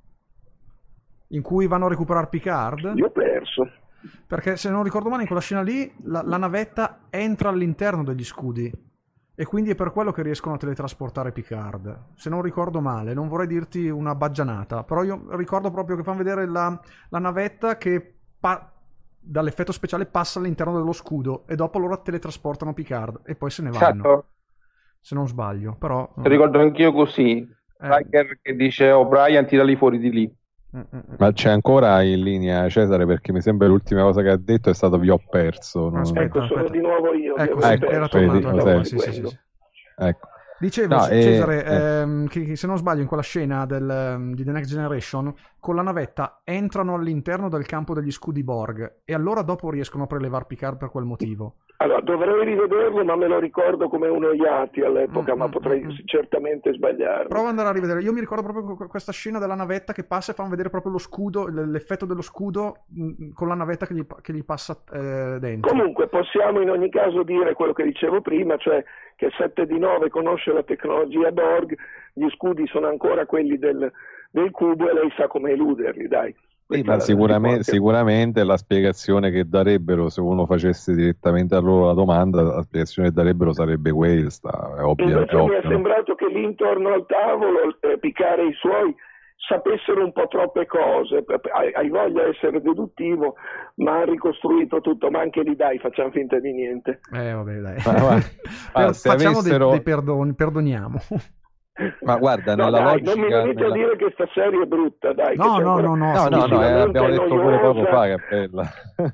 in cui vanno a recuperare Picard? Io ho perso. Perché se non ricordo male, in quella scena lì la navetta entra all'interno degli scudi e quindi è per quello che riescono a teletrasportare Picard, se non ricordo male. Non vorrei dirti una baggianata, però io ricordo proprio che fanno vedere la navetta che dall'effetto speciale passa all'interno dello scudo e dopo loro teletrasportano Picard e poi se ne vanno. Esatto. Se non sbaglio, però... Ricordo anch'io così. Riker che dice O'Brien tirali fuori di lì. Ma c'è ancora in linea Cesare, perché mi sembra l'ultima cosa che ha detto è stato vi ho perso. Aspetta. Sono di nuovo io. Era tornato. Sì. Ecco. Dicevo, Cesare, che se non sbaglio in quella scena di The Next Generation, con la navetta entrano all'interno del campo degli scudi Borg e allora dopo riescono a prelevare Picard per quel motivo. Allora, dovrei rivederlo, ma me lo ricordo come uno Iati all'epoca, ma potrei certamente sbagliare. Prova ad andare a rivedere. Io mi ricordo proprio questa scena della navetta che passa e fanno vedere proprio lo scudo, l'effetto dello scudo con la navetta che gli passa dentro. Comunque possiamo in ogni caso dire quello che dicevo prima, cioè che 7 di 9 conosce la tecnologia Borg, gli scudi sono ancora quelli del cubo e lei sa come eluderli, dai. Sì, ma sicuramente la spiegazione che darebbero, se uno facesse direttamente a loro la domanda, la spiegazione che darebbero sarebbe questa, è ovvio. Mi è sembrato che lì intorno al tavolo Picard e i suoi sapessero un po' troppe cose, hai voglia di essere deduttivo, ma ha ricostruito tutto, ma anche lì dai, facciamo finta di niente. Vabbè, dai. Facciamo dei perdoni, perdoniamo. Ma guarda, nella logica... Non mi venite a dire che sta serie è brutta, dai. No, abbiamo detto pure poco fa che è bella.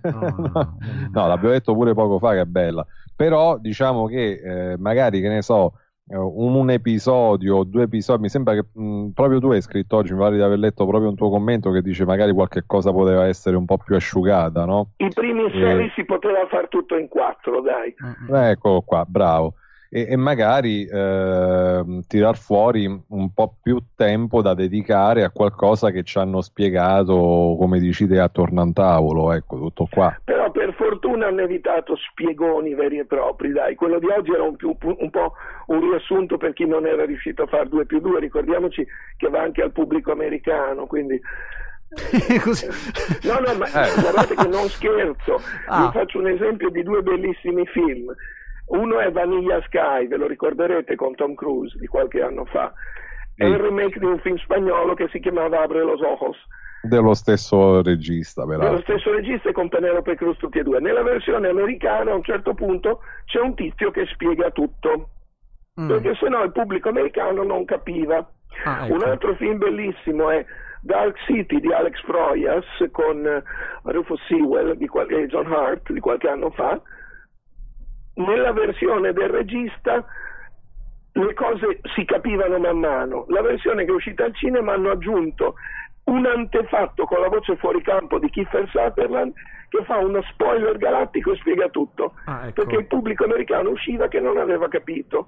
No, l'abbiamo detto pure poco fa che è bella. Però diciamo che magari, che ne so, un episodio o 2 episodi, mi sembra che proprio tu hai scritto oggi, mi pare di aver letto proprio un tuo commento che dice magari qualche cosa poteva essere un po' più asciugata, no? I primi 6 si poteva far tutto in 4, dai. Ecco qua, bravo. E magari tirar fuori un po' più tempo da dedicare a qualcosa che ci hanno spiegato, come dici te, attorno a un tavolo, ecco, tutto qua. Però per fortuna hanno evitato spiegoni veri e propri, dai. Quello di oggi era un po' un riassunto per chi non era riuscito a fare 2+2, ricordiamoci che va anche al pubblico americano, quindi... No, ma guardate che non scherzo, vi faccio un esempio di 2 bellissimi film. Uno è Vanilla Sky, ve lo ricorderete, con Tom Cruise di qualche anno fa. È il remake di un film spagnolo che si chiamava Abre los ojos. Dello stesso regista, peraltro. Dello stesso regista e con Penelope Cruz tutti e due. Nella versione americana a un certo punto c'è un tizio che spiega tutto, perché sennò il pubblico americano non capiva. Ecco. Un altro film bellissimo è Dark City di Alex Proyas con Rufus Sewell e John Hart di qualche anno fa. Nella versione del regista le cose si capivano man mano. La versione che è uscita al cinema hanno aggiunto un antefatto con la voce fuori campo di Kiefer Sutherland che fa uno spoiler galattico e spiega tutto, ecco. perché il pubblico americano usciva che non aveva capito.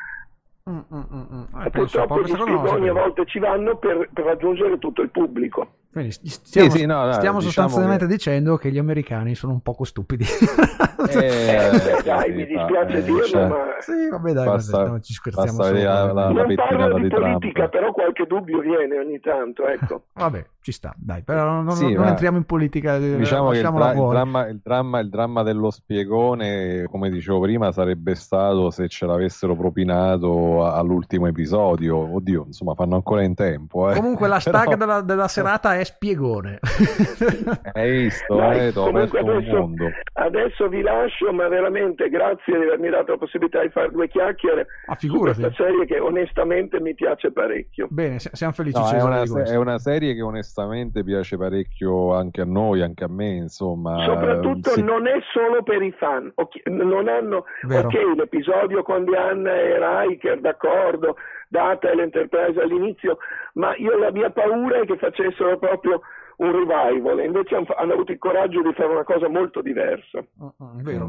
Purtroppo gli spiegoni a volte ci vanno per raggiungere tutto il pubblico. Quindi stiamo diciamo sostanzialmente dicendo che gli americani sono un poco stupidi. Dai, mi dispiace dirlo, ma sì, vabbè, dai, ci scherziamo la non pettinata parlo di Trump. politica, però qualche dubbio viene ogni tanto, ecco. Vabbè, ci sta, dai, però non entriamo in politica, diciamo che fuori. il dramma dello spiegone, come dicevo prima, sarebbe stato se ce l'avessero propinato all'ultimo episodio. Oddio, insomma, fanno ancora in tempo. Comunque l'hashtag della serata è spiegone. Hai visto? Dai, Comunque adesso vi lascio, ma veramente grazie di avermi dato la possibilità di fare due chiacchiere su questa serie che onestamente mi piace parecchio. Bene, siamo felici. È una serie che onestamente piace parecchio anche a noi, anche a me, insomma. Soprattutto non è solo per i fan, non hanno l'episodio con Diana e Riker, d'accordo, Data e l'Enterprise all'inizio, ma la mia paura è che facessero proprio un revival, e invece hanno avuto il coraggio di fare una cosa molto diversa. Vero.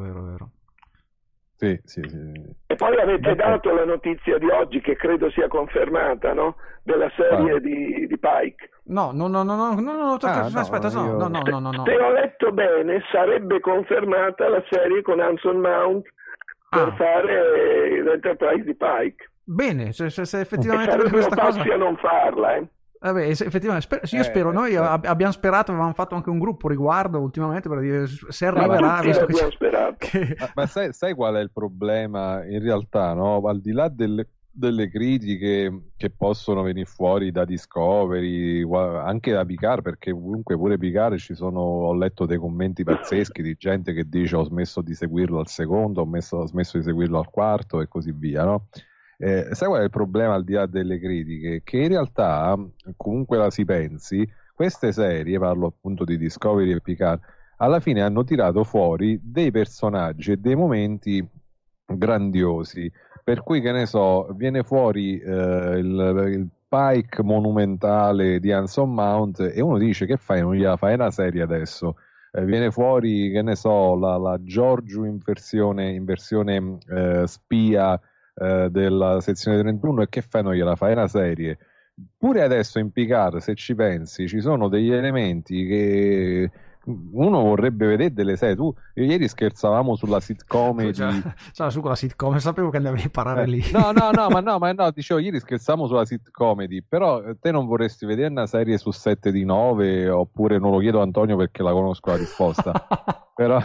Sì. E poi avete dato la notizia di oggi, che credo sia confermata, no? Della serie di Pike. No, aspetta, no. Se ho letto bene, sarebbe confermata la serie con Anson Mount per fare l'Enterprise di Pike. Bene, se effettivamente sarebbero questa cosa a non farla, Vabbè, effettivamente, io spero, noi abbiamo sperato, avevamo fatto anche un gruppo riguardo ultimamente per dire se arriverà, visto che ma sai qual è il problema in realtà, no? Al di là delle critiche che possono venire fuori da Discovery, anche da Picard, perché comunque pure Picard ho letto dei commenti pazzeschi di gente che dice ho smesso di seguirlo al secondo, ho smesso di seguirlo al quarto e così via, no? Sai qual è il problema al di là delle critiche? Che in realtà, comunque la si pensi, queste serie, parlo appunto di Discovery e Picard, alla fine hanno tirato fuori dei personaggi e dei momenti grandiosi, per cui, che ne so, viene fuori il Pike monumentale di Anson Mount e uno dice: che fai, non gliela fai una serie adesso? Viene fuori, che ne so, la Giorgio in versione spia della sezione 31, e che fai, non gliela fai una serie? Pure adesso in Picard, se ci pensi, ci sono degli elementi che uno vorrebbe vedere delle serie. Ieri scherzavamo sulla sitcom su quella sitcom, sapevo che andavi a parare lì. No, dicevo, ieri scherzavamo sulla sitcomedy, però te non vorresti vedere una serie su 7 di 9, oppure, non lo chiedo a Antonio perché la conosco la risposta, però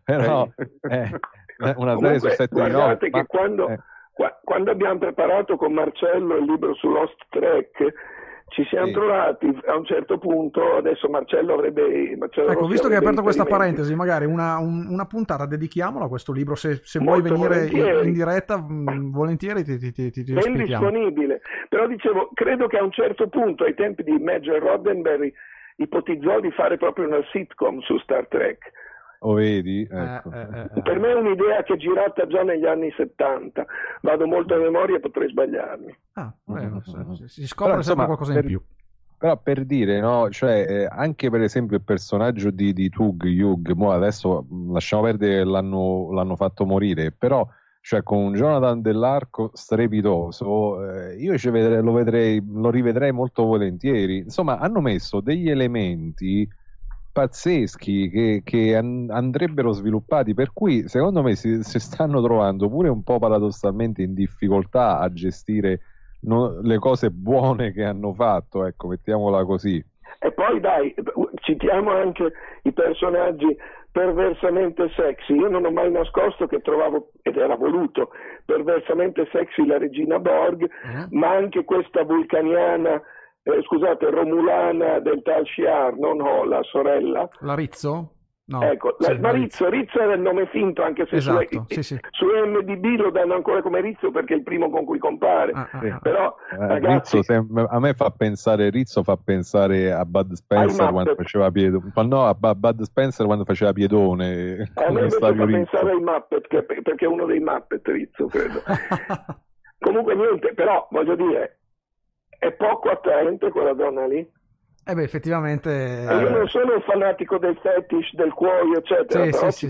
una serie su 7 di 9. Guardate che quando abbiamo preparato con Marcello il libro su Lost Trek, ci siamo trovati a un certo punto. Adesso Marcello ecco, visto che hai aperto questa parentesi, magari una puntata dedichiaamola a questo libro, se vuoi venire in diretta, volentieri ti ben ospitiamo. Disponibile. Però dicevo, credo che a un certo punto, ai tempi di Major Roddenberry, ipotizzò di fare proprio una sitcom su Star Trek. Vedi? Ecco. Per me è un'idea che è girata già negli anni 70, vado molto a memoria, potrei sbagliarmi. Si scopre sempre qualcosa in più. Però, per dire, no, cioè, anche per esempio il personaggio di Tug Hugh, adesso lasciamo perdere, l'hanno fatto morire, però, cioè, con un Jonathan dell'Arco strepitoso, io lo rivedrei molto volentieri. Insomma, hanno messo degli elementi pazzeschi che andrebbero sviluppati, per cui secondo me si stanno trovando pure un po' paradossalmente in difficoltà a gestire le cose buone che hanno fatto, ecco, mettiamola così. E poi dai, citiamo anche i i personaggi perversamente sexy. Io non ho mai nascosto che trovavo, ed era voluto, perversamente sexy la regina Borg, ma anche questa vulcaniana, scusate, romulana del tal Shi'ar, non ho la sorella. La Rizzo? No, ecco, ma Rizzo era il nome finto, anche se esatto, su MDB lo danno ancora come Rizzo perché è il primo con cui compare. Però ragazzi, Rizzo a me fa pensare a Bud Spencer quando faceva piedone. No, a Bud Spencer quando faceva piedone. A me invece fa pensare ai Muppet, perché è uno dei Muppet Rizzo, credo. Comunque niente, però voglio dire, è poco attraente quella donna lì. Effettivamente. Io non sono un fanatico del fetish, del cuoio, eccetera. Sì.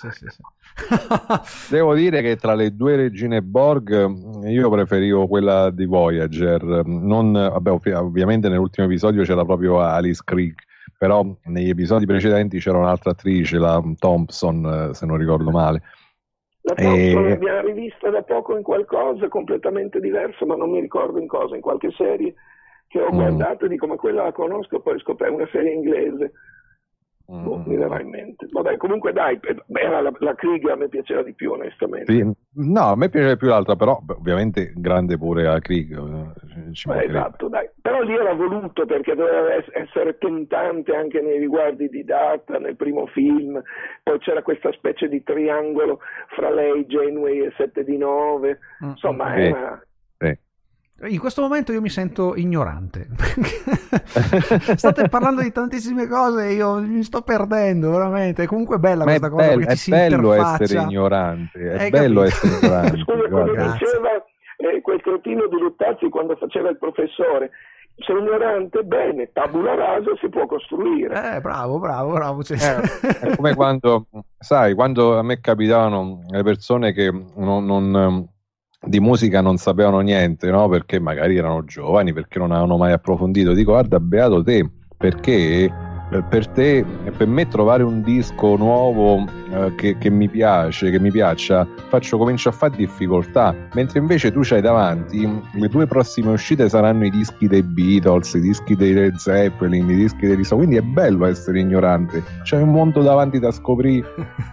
Devo dire che tra le due regine Borg io preferivo quella di Voyager. Ovviamente nell'ultimo episodio c'era proprio Alice Krige, però negli episodi precedenti c'era un'altra attrice, la Thompson, se non ricordo male. La Thompson l'abbiamo rivista da poco in qualcosa completamente diverso, ma non mi ricordo in cosa, in qualche serie che ho guardato e dico ma quella la conosco, poi scoperto una serie inglese, mi verrà in mente. Vabbè, comunque dai, la Krieg a me piaceva di più, onestamente. Sì. No, a me piaceva più l'altra, però ovviamente grande pure la Krieg. Esatto, dai. Però lì era voluto perché doveva essere tentante anche nei riguardi di Data nel primo film, poi c'era questa specie di triangolo fra lei, Janeway e 7 di 9, insomma era... In questo momento io mi sento ignorante. State parlando di tantissime cose e io mi sto perdendo veramente. Comunque è bella questa cosa perché ci si interfaccia. Essere ignorante. È bello essere ignorante. Scusa, come diceva quel cretino di Luttazzi quando faceva il professore, sei ignorante, bene, tabula rasa si può costruire. Bravo. È come quando a me capitavano le persone che non di musica non sapevano niente, no? Perché magari erano giovani, perché non avevano mai approfondito. Dico, guarda, beato te, perché per me trovare un disco nuovo che mi piaccia, comincio a fare difficoltà, mentre invece tu c'hai davanti le tue prossime uscite saranno i dischi dei Beatles, i dischi dei Led Zeppelin, i dischi dei quindi è bello essere ignorante, c'è un mondo davanti da scoprire.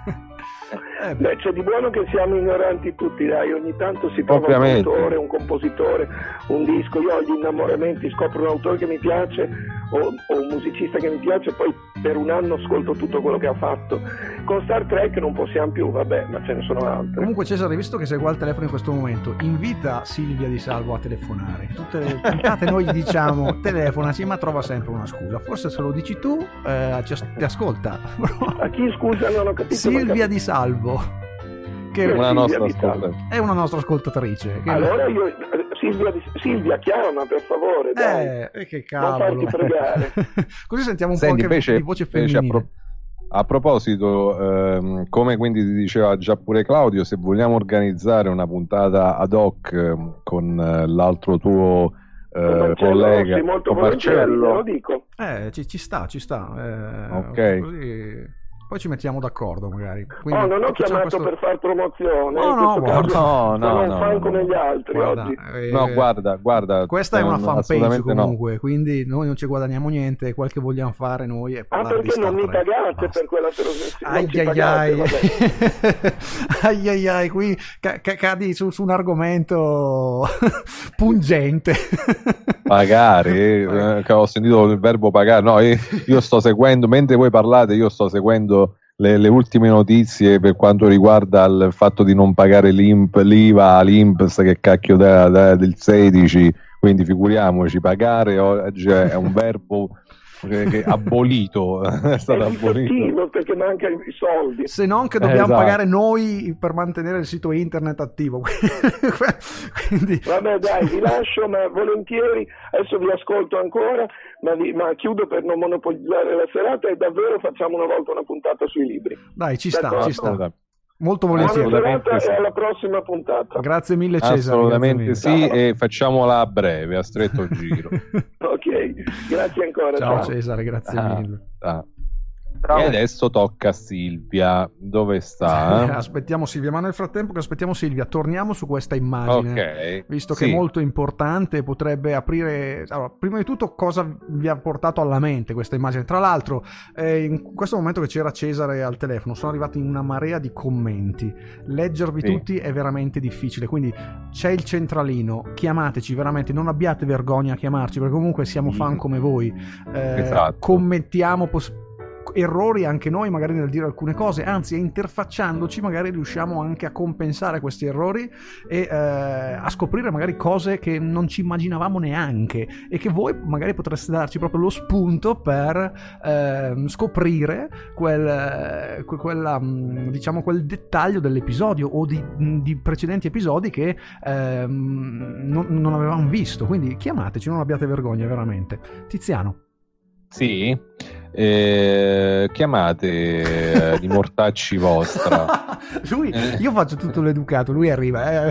Beh, c'è di buono che siamo ignoranti tutti, dai, ogni tanto si trova un autore, un compositore, un disco, io ho gli innamoramenti, scopro un autore che mi piace o un musicista che mi piace, poi per un anno ascolto tutto quello che ha fatto. Con Star Trek non possiamo più, vabbè, ma ce ne sono altre. Comunque Cesare, visto che sei qua al telefono in questo momento, invita Silvia Di Salvo a telefonare. Tutte le puntate noi gli diciamo telefonaci, ma trova sempre una scusa. Forse se lo dici tu ti ascolta. A chi scusa? Non ho capito. Silvia Di Salvo, che è una nostra ascoltatrice. Allora io Silvia chiama, per favore, dai. Che cavolo. Non farti fregare. Così sentiamo un po' anche di voce femminile. A proposito, come quindi ti diceva già pure Claudio, se vogliamo organizzare una puntata ad hoc con l'altro tuo collega, Rossi, molto con Marcello, lo dico. Ci sta. Ok. Così... Poi ci mettiamo d'accordo magari. Quindi non ho chiamato per far promozione. No, sono un fan come gli altri oggi. No, guarda. Questa è una fanpage comunque, quindi noi non ci guadagniamo niente. Quel che vogliamo fare noi è parlare di Star Trek. Perché non mi pagate per quella trasmissione? Ai, qui cadi su un argomento pungente. Pagare, che ho sentito il verbo pagare. No, io sto seguendo, mentre voi parlate, io sto seguendo le ultime notizie per quanto riguarda il fatto di non pagare l'IVA, l'INPS, che cacchio del 16, quindi figuriamoci, pagare oggi è un verbo che è abolito, è stato abolito perché mancano i soldi, se non che dobbiamo pagare noi per mantenere il sito internet attivo. Quindi... vabbè, dai, vi lascio, ma volentieri adesso vi ascolto ancora, ma chiudo per non monopolizzare la serata e davvero facciamo una volta una puntata sui libri. Dai, ci sta. Molto volentieri. Buona serata e alla prossima puntata. Grazie mille Cesare. Assolutamente sì, e facciamola a breve, a stretto giro. Ok, grazie ancora. Ciao Cesare, grazie mille. E adesso tocca a Silvia. Dove sta? Aspettiamo Silvia, ma nel frattempo che aspettiamo Silvia, torniamo su questa immagine, visto che è molto importante, potrebbe aprire... Allora, prima di tutto, cosa vi ha portato alla mente questa immagine? Tra l'altro, in questo momento che c'era Cesare al telefono, sono arrivati una marea di commenti. Leggervi tutti è veramente difficile, quindi c'è il centralino, chiamateci, veramente, non abbiate vergogna a chiamarci, perché comunque siamo fan come voi. Esatto. Commettiamo errori anche noi magari nel dire alcune cose, anzi interfacciandoci magari riusciamo anche a compensare questi errori e a scoprire magari cose che non ci immaginavamo neanche e che voi magari potreste darci proprio lo spunto per scoprire quel dettaglio dell'episodio o di precedenti episodi che non avevamo visto. Quindi chiamateci, non abbiate vergogna, veramente. Tiziano. Sì, chiamate di mortacci vostra. Io faccio tutto l'educato, lui arriva.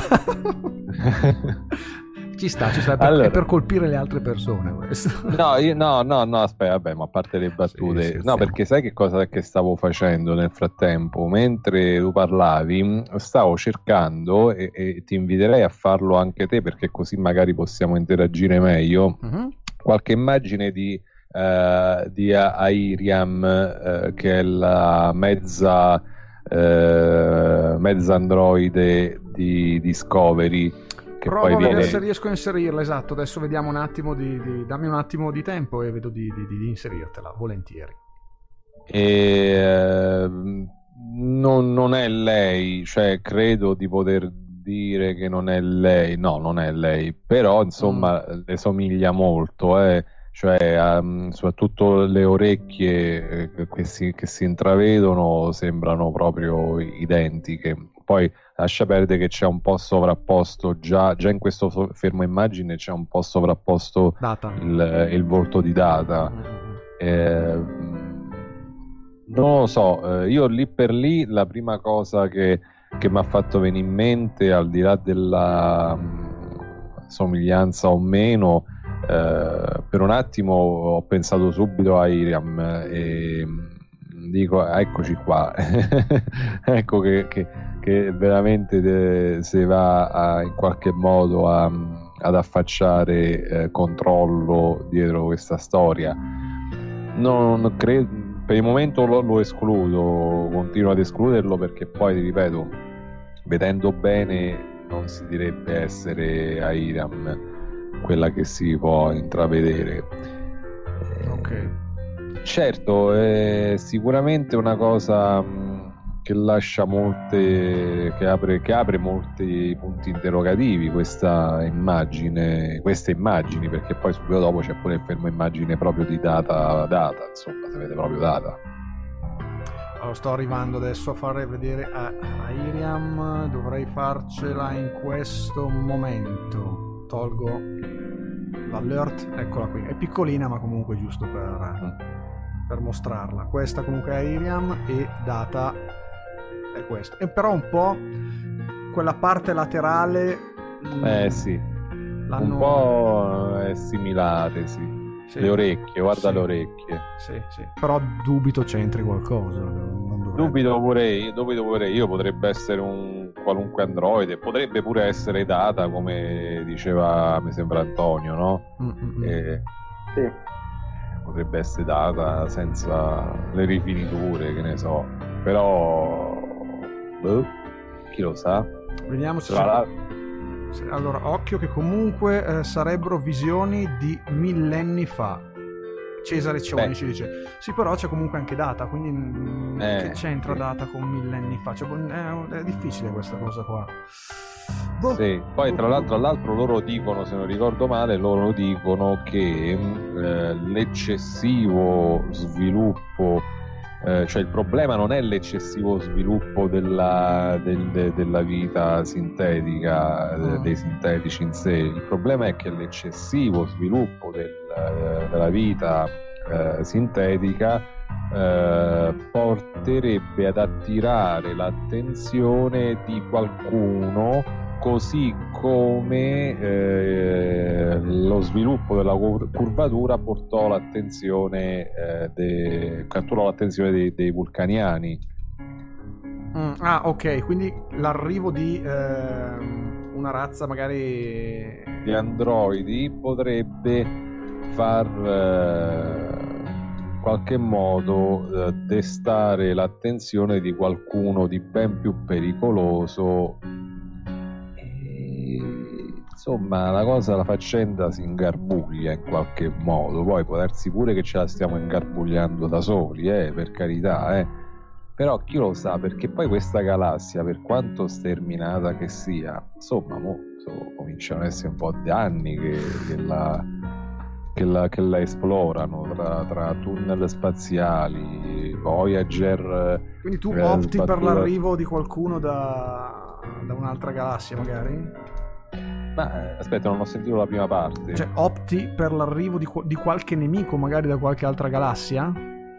Ci sta, allora, è per colpire le altre persone questo. No, aspetta, vabbè, ma a parte le battute, no, perché sai che cosa che stavo facendo nel frattempo? Mentre tu parlavi, stavo cercando, e ti inviterei a farlo anche te, perché così magari possiamo interagire meglio, qualche immagine di Airiam, che è la mezza androide di Discovery, che provo poi a vedere viene... se riesco a inserirla. Esatto, adesso vediamo un attimo dammi un attimo di tempo e vedo di inserirtela volentieri. Non è lei, cioè credo di poter dire che non è lei. No, non è lei, però insomma le somiglia molto, cioè soprattutto le orecchie che si intravedono sembrano proprio identiche. Poi lascia perdere che c'è un po' sovrapposto già in questo fermo immagine, c'è un po' sovrapposto il volto di Data. Non lo so, io lì per lì la prima cosa che mi ha fatto venire in mente, al di là della somiglianza o meno, per un attimo ho pensato subito a Iriam e dico eccoci qua. Ecco che veramente si va in qualche modo ad affacciare controllo dietro questa storia. Non credo, per il momento lo escludo, continuo ad escluderlo, perché poi ti ripeto, vedendo bene non si direbbe essere Airiam quella che si può intravedere. Certo, è sicuramente una cosa che lascia che apre molti punti interrogativi queste immagini, perché poi subito dopo c'è pure il fermo immagine proprio di Data, insomma, si vede proprio Data. Allora, sto arrivando adesso a fare vedere a Airiam, dovrei farcela in questo momento. Tolgo l'alert, eccola qui, è piccolina ma comunque giusto per mostrarla. Questa comunque è Airiam e Data è questo, e però un po' quella parte laterale sì, un po' è similare, sì. Le orecchie, guarda le orecchie. Sì, però dubito c'entri qualcosa. Dubito pure io, potrebbe essere un qualunque androide, potrebbe pure essere Data, come diceva, mi sembra, Antonio, no? Sì. Potrebbe essere Data senza le rifiniture, che ne so, però chi lo sa. Vediamo se allora, occhio che comunque sarebbero visioni di millenni fa. Cesare Cioni ci dice sì, però c'è comunque anche Data, quindi che c'entra Data con millenni fa? Cioè, è difficile questa cosa qua. Sì, poi tra l'altro loro dicono, se non ricordo male, che l'eccessivo sviluppo, cioè il problema non è l'eccessivo sviluppo della vita sintetica, dei sintetici in sé. Il problema è che l'eccessivo sviluppo della vita sintetica porterebbe ad attirare l'attenzione di qualcuno così come lo sviluppo della curvatura portò l'attenzione catturò l'attenzione dei vulcaniani. Ok, quindi l'arrivo di una razza magari di androidi potrebbe far in qualche modo destare l'attenzione di qualcuno di ben più pericoloso. Insomma, la faccenda si ingarbuglia in qualche modo. Poi può darsi pure che ce la stiamo ingarbugliando da soli, per carità, però chi lo sa, perché poi questa galassia, per quanto sterminata che sia, insomma, cominciano ad essere un po' di anni che la esplorano tra tunnel spaziali, Voyager. Quindi tu opti per l'arrivo di qualcuno da un'altra galassia, magari? Ma aspetta, non ho sentito la prima parte. Cioè, opti per l'arrivo di qualche nemico, magari da qualche altra galassia?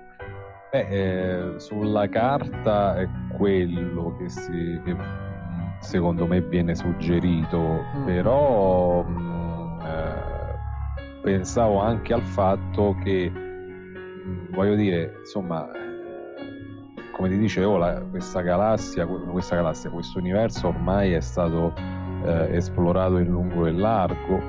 Sulla carta è quello che secondo me viene suggerito, però pensavo anche al fatto che, voglio dire, insomma, come ti dicevo, questo universo ormai è stato esplorato in lungo e largo,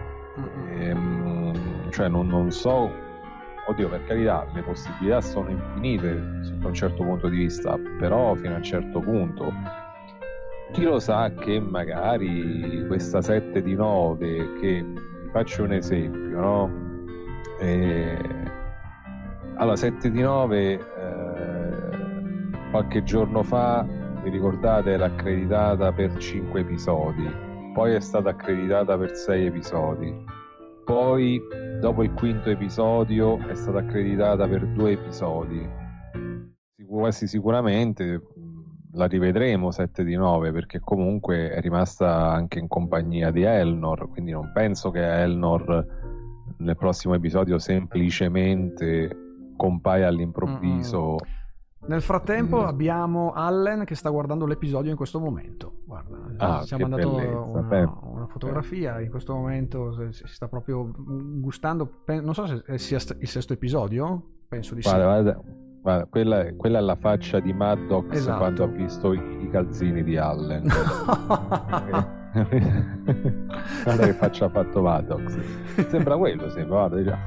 cioè non so, oddio, per carità, le possibilità sono infinite sotto un certo punto di vista, però fino a un certo punto chi lo sa che magari questa 7 di 9, che faccio un esempio, no? Allora, 7 di 9 qualche giorno fa, vi ricordate, era accreditata per 5 episodi, poi è stata accreditata per 6 episodi, poi dopo il quinto episodio è stata accreditata per 2 episodi. Quasi sicuramente la rivedremo 7 di 9, perché comunque è rimasta anche in compagnia di Elnor, quindi non penso che Elnor nel prossimo episodio semplicemente compaia all'improvviso. Nel frattempo abbiamo Allen che sta guardando l'episodio in questo momento. Guarda, ci ha mandato una fotografia. In questo momento si sta proprio gustando. Non so se sia il sesto episodio. Penso di sì. Guarda, quella è la faccia di Maddox, esatto, quando ha visto i calzini di Allen. Guarda che faccia ha fatto Maddox. Sembra quello, guarda.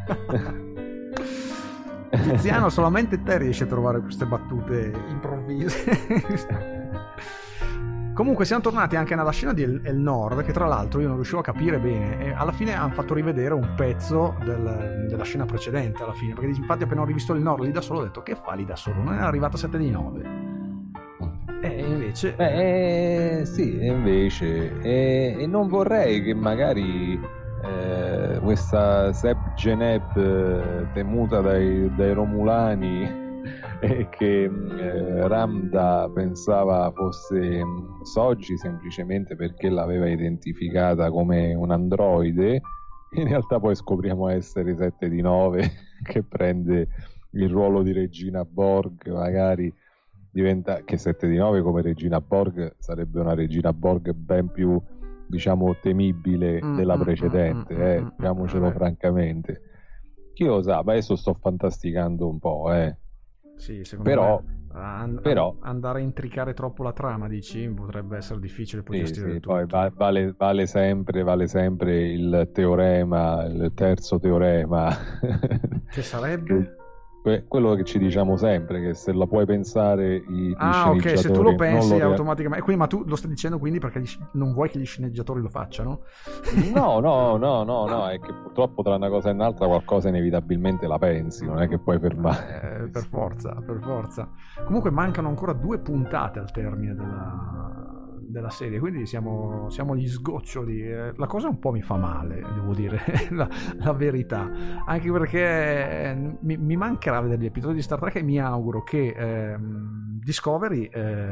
Tiziano, solamente te riesci a trovare queste battute improvvise. Comunque siamo tornati anche nella scena di Elnor, che tra l'altro io non riuscivo a capire bene, e alla fine hanno fatto rivedere un pezzo della scena precedente, alla fine, perché infatti appena ho rivisto Elnor lì da solo ho detto: che fa lì da solo? Non è arrivata 7 di 9. E invece sì, e non vorrei che magari questa Seb Geneb temuta dai Romulani e che Ramda pensava fosse Soji semplicemente perché l'aveva identificata come un androide, in realtà poi scopriamo essere 7 di 9 che prende il ruolo di Regina Borg, magari diventa che 7 di 9 come Regina Borg sarebbe una Regina Borg ben più, diciamo, temibile della precedente, diciamocelo francamente. Chi lo sa, ma adesso sto fantasticando un po', Sì, secondo me però andare a intricare troppo la trama, dici, potrebbe essere difficile poi gestire tutto. Poi vale sempre il teorema, il terzo teorema, che sarebbe quello che ci diciamo sempre, che se la puoi pensare i sceneggiatori, ok, se tu lo pensi automaticamente, quindi, ma tu lo stai dicendo quindi perché non vuoi che gli sceneggiatori lo facciano? No, è che purtroppo tra una cosa e un'altra qualcosa inevitabilmente la pensi, non è che puoi fermare. Per forza. Comunque mancano ancora 2 puntate al termine della serie, quindi siamo agli sgoccioli. La cosa un po' mi fa male, devo dire la verità, anche perché mi mancherà vedere gli episodi di Star Trek e mi auguro che Discovery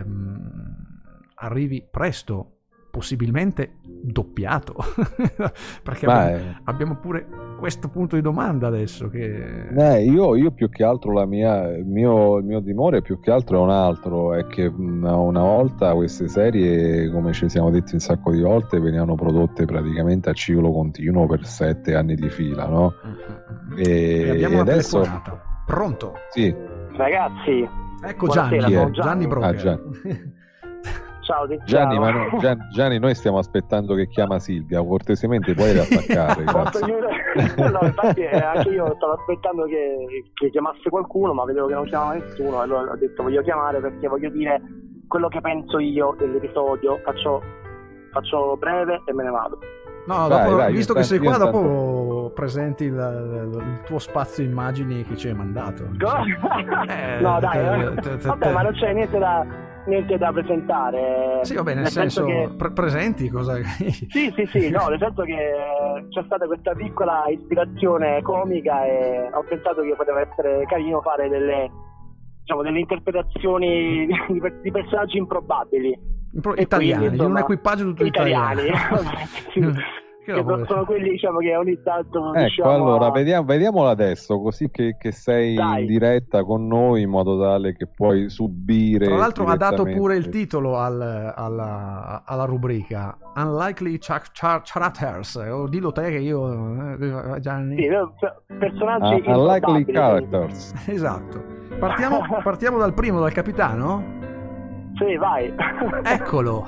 arrivi presto, possibilmente doppiato, perché abbiamo pure questo punto di domanda adesso che... io più che altro il mio timore più che altro è un altro, è che una volta queste serie, come ci siamo detti un sacco di volte, venivano prodotte praticamente a ciclo continuo per 7 anni di fila, no? E abbiamo una adesso... telefonata. Pronto? Sì. Ragazzi, ecco Gianni Broker. Ciao Tiziano. Gianni, noi stiamo aspettando che chiama Silvia, cortesemente puoi riattaccare. No, infatti anche io stavo aspettando che chiamasse qualcuno, ma vedevo che non chiamava nessuno, e allora ho detto voglio chiamare perché voglio dire quello che penso io dell'episodio. Faccio breve e me ne vado. No, dopo, visto che sei qua, dopo presenti il tuo spazio immagini che ci hai mandato. No, dai, vabbè, ma non c'è niente da presentare. Sì, vabbè, nel senso che... presenti cosa... Sì, no, nel senso che c'è stata questa piccola ispirazione comica e ho pensato che poteva essere carino fare delle interpretazioni di personaggi improbabili. Italiani, quindi, in un equipaggio tutto italiano. Che sono quelli, diciamo, che ogni tanto ecco, allora vediamola adesso, così che sei in diretta con noi, in modo tale che puoi subire. Tra l'altro ha dato pure il titolo alla rubrica Unlikely Characters, o dillo te che io Gianni. Sì, personaggi Unlikely Characters. Esatto. Partiamo dal primo, dal capitano? Sì, vai. Eccolo.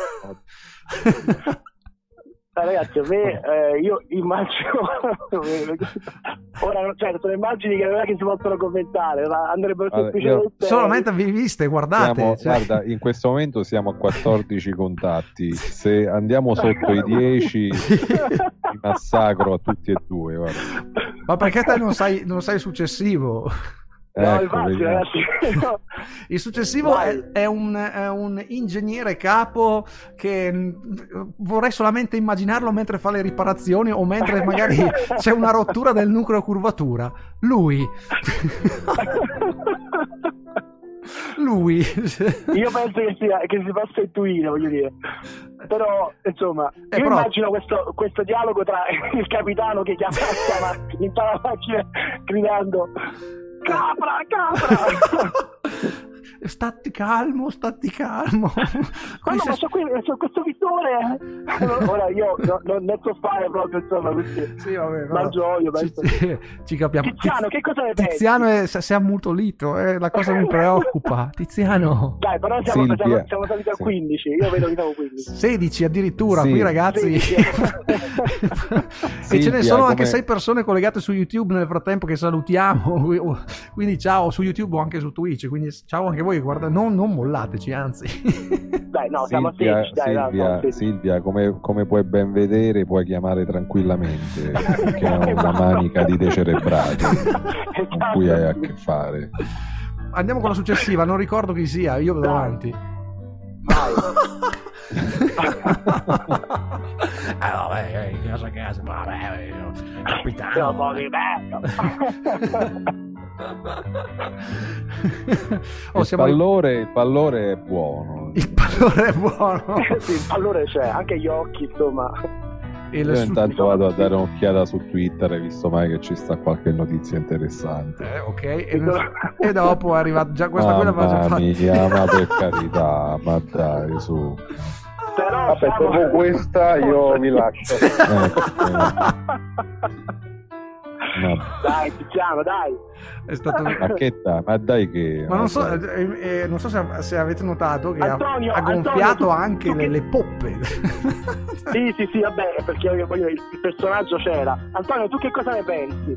Ragazzi, io immagino ora, cioè, sono immagini che non è che si possono commentare, ma andrebbero semplicemente solamente viste, guardate. Guarda, in questo momento siamo a 14 contatti, se andiamo sotto i 10 ti massacro a tutti e due, guarda. Ma perché te non sai il successivo? No, infatti, ragazzi, no. Il successivo è un ingegnere capo che vorrei solamente immaginarlo mentre fa le riparazioni o mentre magari c'è una rottura del nucleo curvatura. Lui io penso che si possa intuire, voglio dire, però insomma io immagino questo dialogo tra il capitano che chiama in tutta la macchina gridando capra stati calmo quando faccio qui su questo visore ora io non so fare proprio, insomma, questi sì, vabbè, mangio olio, ci capiamo. Tiziano, che cosa ne pensi? Tiziano si è ammutolito, la cosa mi preoccupa. Tiziano, dai, però siamo saliti a 15, io vedo che siamo 15, 16 addirittura, sì. Qui ragazzi e ce ne sono anche 6 persone collegate su YouTube nel frattempo che salutiamo, quindi ciao su YouTube o anche su Twitch, quindi ciao anche voi. Guarda, non mollateci, anzi. Dai, no, siamo a 16, dai. Silvia, come puoi ben vedere, puoi chiamare tranquillamente, perché è una manica di decerebrati con cui hai a che fare. Andiamo con la successiva, non ricordo chi sia, io vedo avanti. Vabbè, casa, vabbè, capitano. Il pallore è buono. Il pallore è buono. Sì, il pallore c'è, anche gli occhi, insomma. Io intanto vado a dare un'occhiata su Twitter, visto mai che ci sta qualche notizia interessante. Ok, e dopo è arrivata già questa, quella va già fatta. Ma per carità, ma dai, su. Però vabbè, dopo questa io vi lascio. No. Dai, Tiziano, dai. È stato... Ma dai che... Ma non so se avete notato che Antonio, ha gonfiato Antonio, anche le poppe. Sì, vabbè, perché il personaggio c'era. Antonio, tu che cosa ne pensi?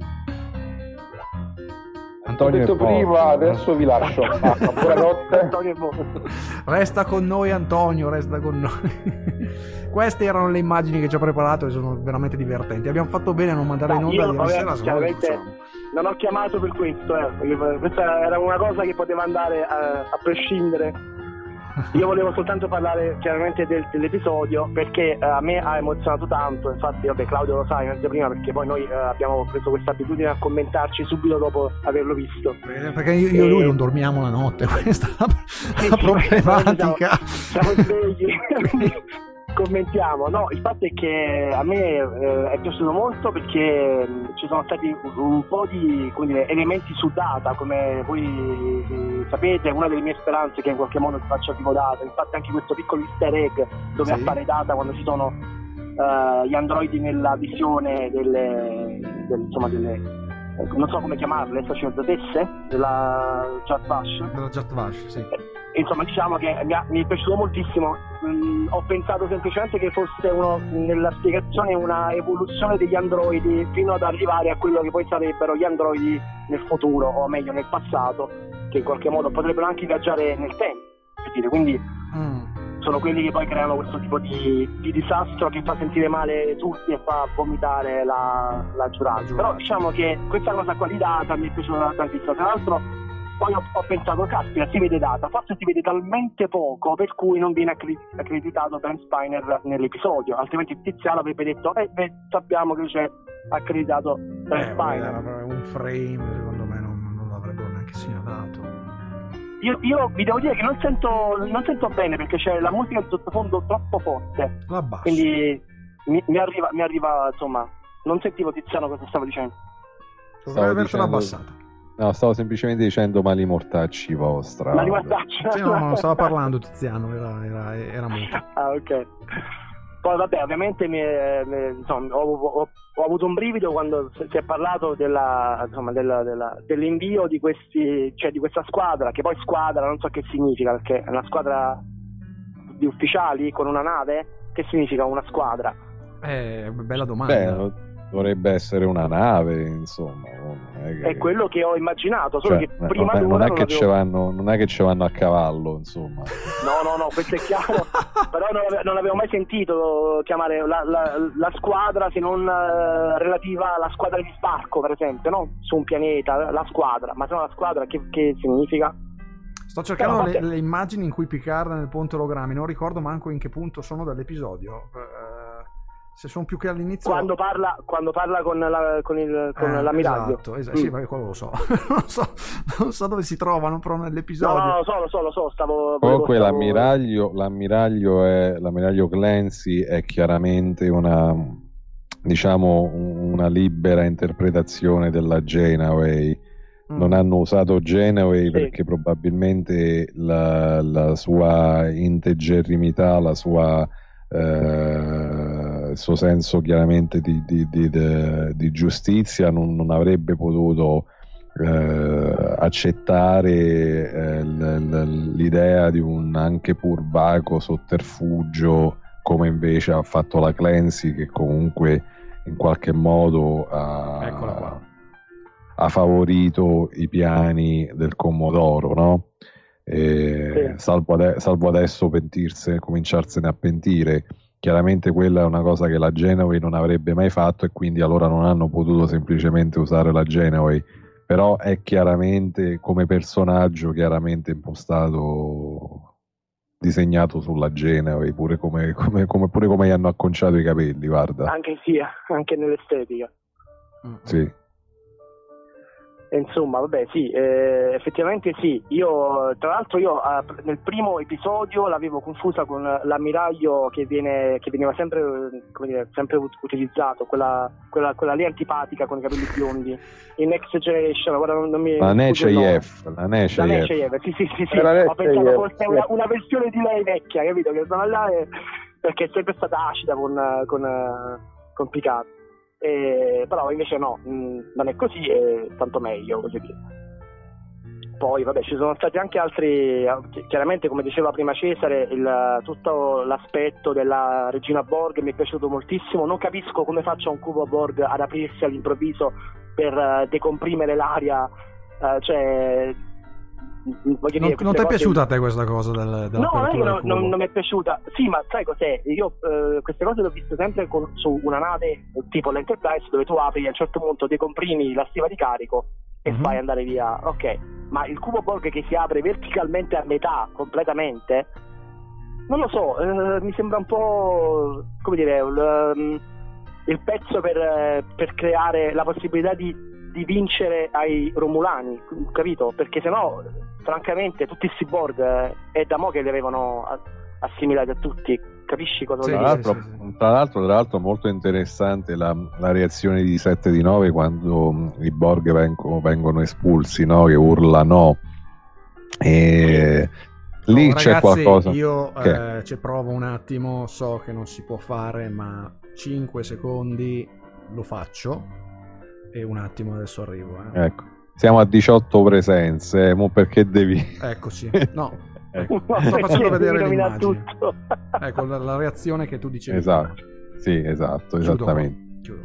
Antonio, ho detto prima, adesso vi lascio. Buonanotte. Antonio, resta con noi, Antonio, resta con noi. Queste erano le immagini che ci ho preparato e sono veramente divertenti. Abbiamo fatto bene a non mandare in onda ieri sera. Non ho chiamato per questo, questa era una cosa che poteva andare a prescindere. Io volevo soltanto parlare chiaramente dell'episodio, perché a me ha emozionato tanto. Infatti, vabbè, Claudio lo sa anche prima, perché poi noi abbiamo preso questa abitudine a commentarci subito dopo averlo visto. Perché io e lui non dormiamo la notte, questa è la problematica. Siamo svegli. commentiamo. No, il fatto è che a me è piaciuto molto perché ci sono stati un po' di, come dire, elementi su data, come voi sapete. Una delle mie speranze è che in qualche modo si faccia tipo data. Infatti anche questo piccolo easter egg dove appare data quando ci sono gli androidi nella visione delle non so come chiamarle, sacerdotesse della Zhat Vash, sì. Insomma, diciamo che mi è piaciuto moltissimo. Ho pensato semplicemente che fosse nella spiegazione una evoluzione degli androidi fino ad arrivare a quello che poi sarebbero gli androidi nel futuro, o meglio nel passato, che in qualche modo potrebbero anche viaggiare nel tempo, per dire. Quindi sono quelli che poi creano questo tipo di disastro che fa sentire male tutti e fa vomitare la giurata. Però diciamo che questa cosa qua di data mi è piaciuta tantissimo. Tra l'altro poi ho pensato, caspita, si vede data, forse si vede talmente poco per cui non viene accreditato Ben Spiner nell'episodio, altrimenti Tiziano avrebbe detto sappiamo che c'è accreditato Ben Spiner. Un frame secondo me non l'avrebbero neanche segnalato. Io vi devo dire che non sento bene perché c'è la musica di sottofondo troppo forte, quindi mi arriva, insomma, non sentivo Tiziano cosa stava dicendo. Dovrei avertela abbassata. No, stavo semplicemente dicendo mali mortacci vostra. Mali mortacci? Sì, no, ma non stava parlando Tiziano, era molto. Ah, ok. Poi vabbè, ovviamente insomma, ho avuto un brivido quando si è parlato dell'invio di questi, cioè di questa squadra, che poi squadra non so che significa, perché è una squadra di ufficiali con una nave. Che significa una squadra? Bella domanda. Beh, dovrebbe essere una nave, insomma. È quello che ho immaginato, solo che prima non è che ci vanno a cavallo, insomma. No, questo è chiaro. Però non avevo mai sentito chiamare la squadra se non relativa alla squadra di sbarco, per esempio, no? Su un pianeta, la squadra. Ma se no la squadra che significa? Sto cercando le immagini in cui Picard nel ponte ologrammi, non ricordo manco in che punto sono dell'episodio. Se sono più che all'inizio, quando parla con l'ammiraglio. Esatto. Sì, perché quello lo so. non so dove si trovano però nell'episodio. No, lo so, comunque l'ammiraglio Clancy è chiaramente una libera interpretazione della Janeway. Non hanno usato Janeway perché probabilmente la sua integerrimità, la sua il suo senso chiaramente di giustizia non avrebbe potuto accettare l'idea di un anche pur vago sotterfugio come invece ha fatto la Clancy, che comunque in qualche modo ha favorito i piani del Commodoro, no? Salvo adesso cominciarsene a pentire. Chiaramente quella è una cosa che la Janeway non avrebbe mai fatto e quindi allora non hanno potuto semplicemente usare la Janeway, però è chiaramente come personaggio chiaramente impostato, disegnato sulla Janeway, pure come gli hanno acconciato i capelli, guarda. Anche nell'estetica. Sì. Insomma, vabbè, sì, effettivamente sì. Tra l'altro nel primo episodio l'avevo confusa con l'ammiraglio che veniva sempre, come dire, sempre utilizzato, quella lì antipatica con i capelli biondi in Next Generation. Guarda, non mi la Nechayev, sì. Ho pensato fosse una versione di lei vecchia, capito? Che sono là perché è sempre stata acida con Picard. Però invece no, non è così, è tanto meglio, così dire. Poi vabbè, ci sono stati anche altri, chiaramente come diceva prima Cesare, tutto l'aspetto della regina Borg mi è piaciuto moltissimo. Non capisco come faccia un cubo Borg ad aprirsi all'improvviso per decomprimere l'aria, cioè non ti è piaciuta a te questa cosa della non mi è piaciuta. Sì, ma sai cos'è? Io queste cose le ho viste sempre su una nave tipo l'Enterprise, dove tu apri e a un certo punto decomprimi la stiva di carico e fai andare via. Ok, ma il cubo Borg che si apre verticalmente a metà completamente, non lo so, mi sembra un po', come dire, il pezzo per creare la possibilità di vincere ai Romulani, capito? Perché sennò francamente tutti questi Borg è da mo' che li avevano assimilati a tutti capisci cosa Sì, voglio dire? Tra l'altro molto interessante la reazione di 7 di 9 quando i Borg vengono espulsi, no? Che urla no. E lì ragazzi, c'è qualcosa. Io ci provo un attimo, so che non si può fare, ma 5 secondi lo faccio e un attimo adesso arrivo. Ecco, siamo a 18 presenze, mo perché devi... Eccoci, no. Ecco. Sto facendo vedere l'immagine. Tutto. Ecco la reazione che tu dicevi. Esatto, sì, esatto, esattamente. Chiudo.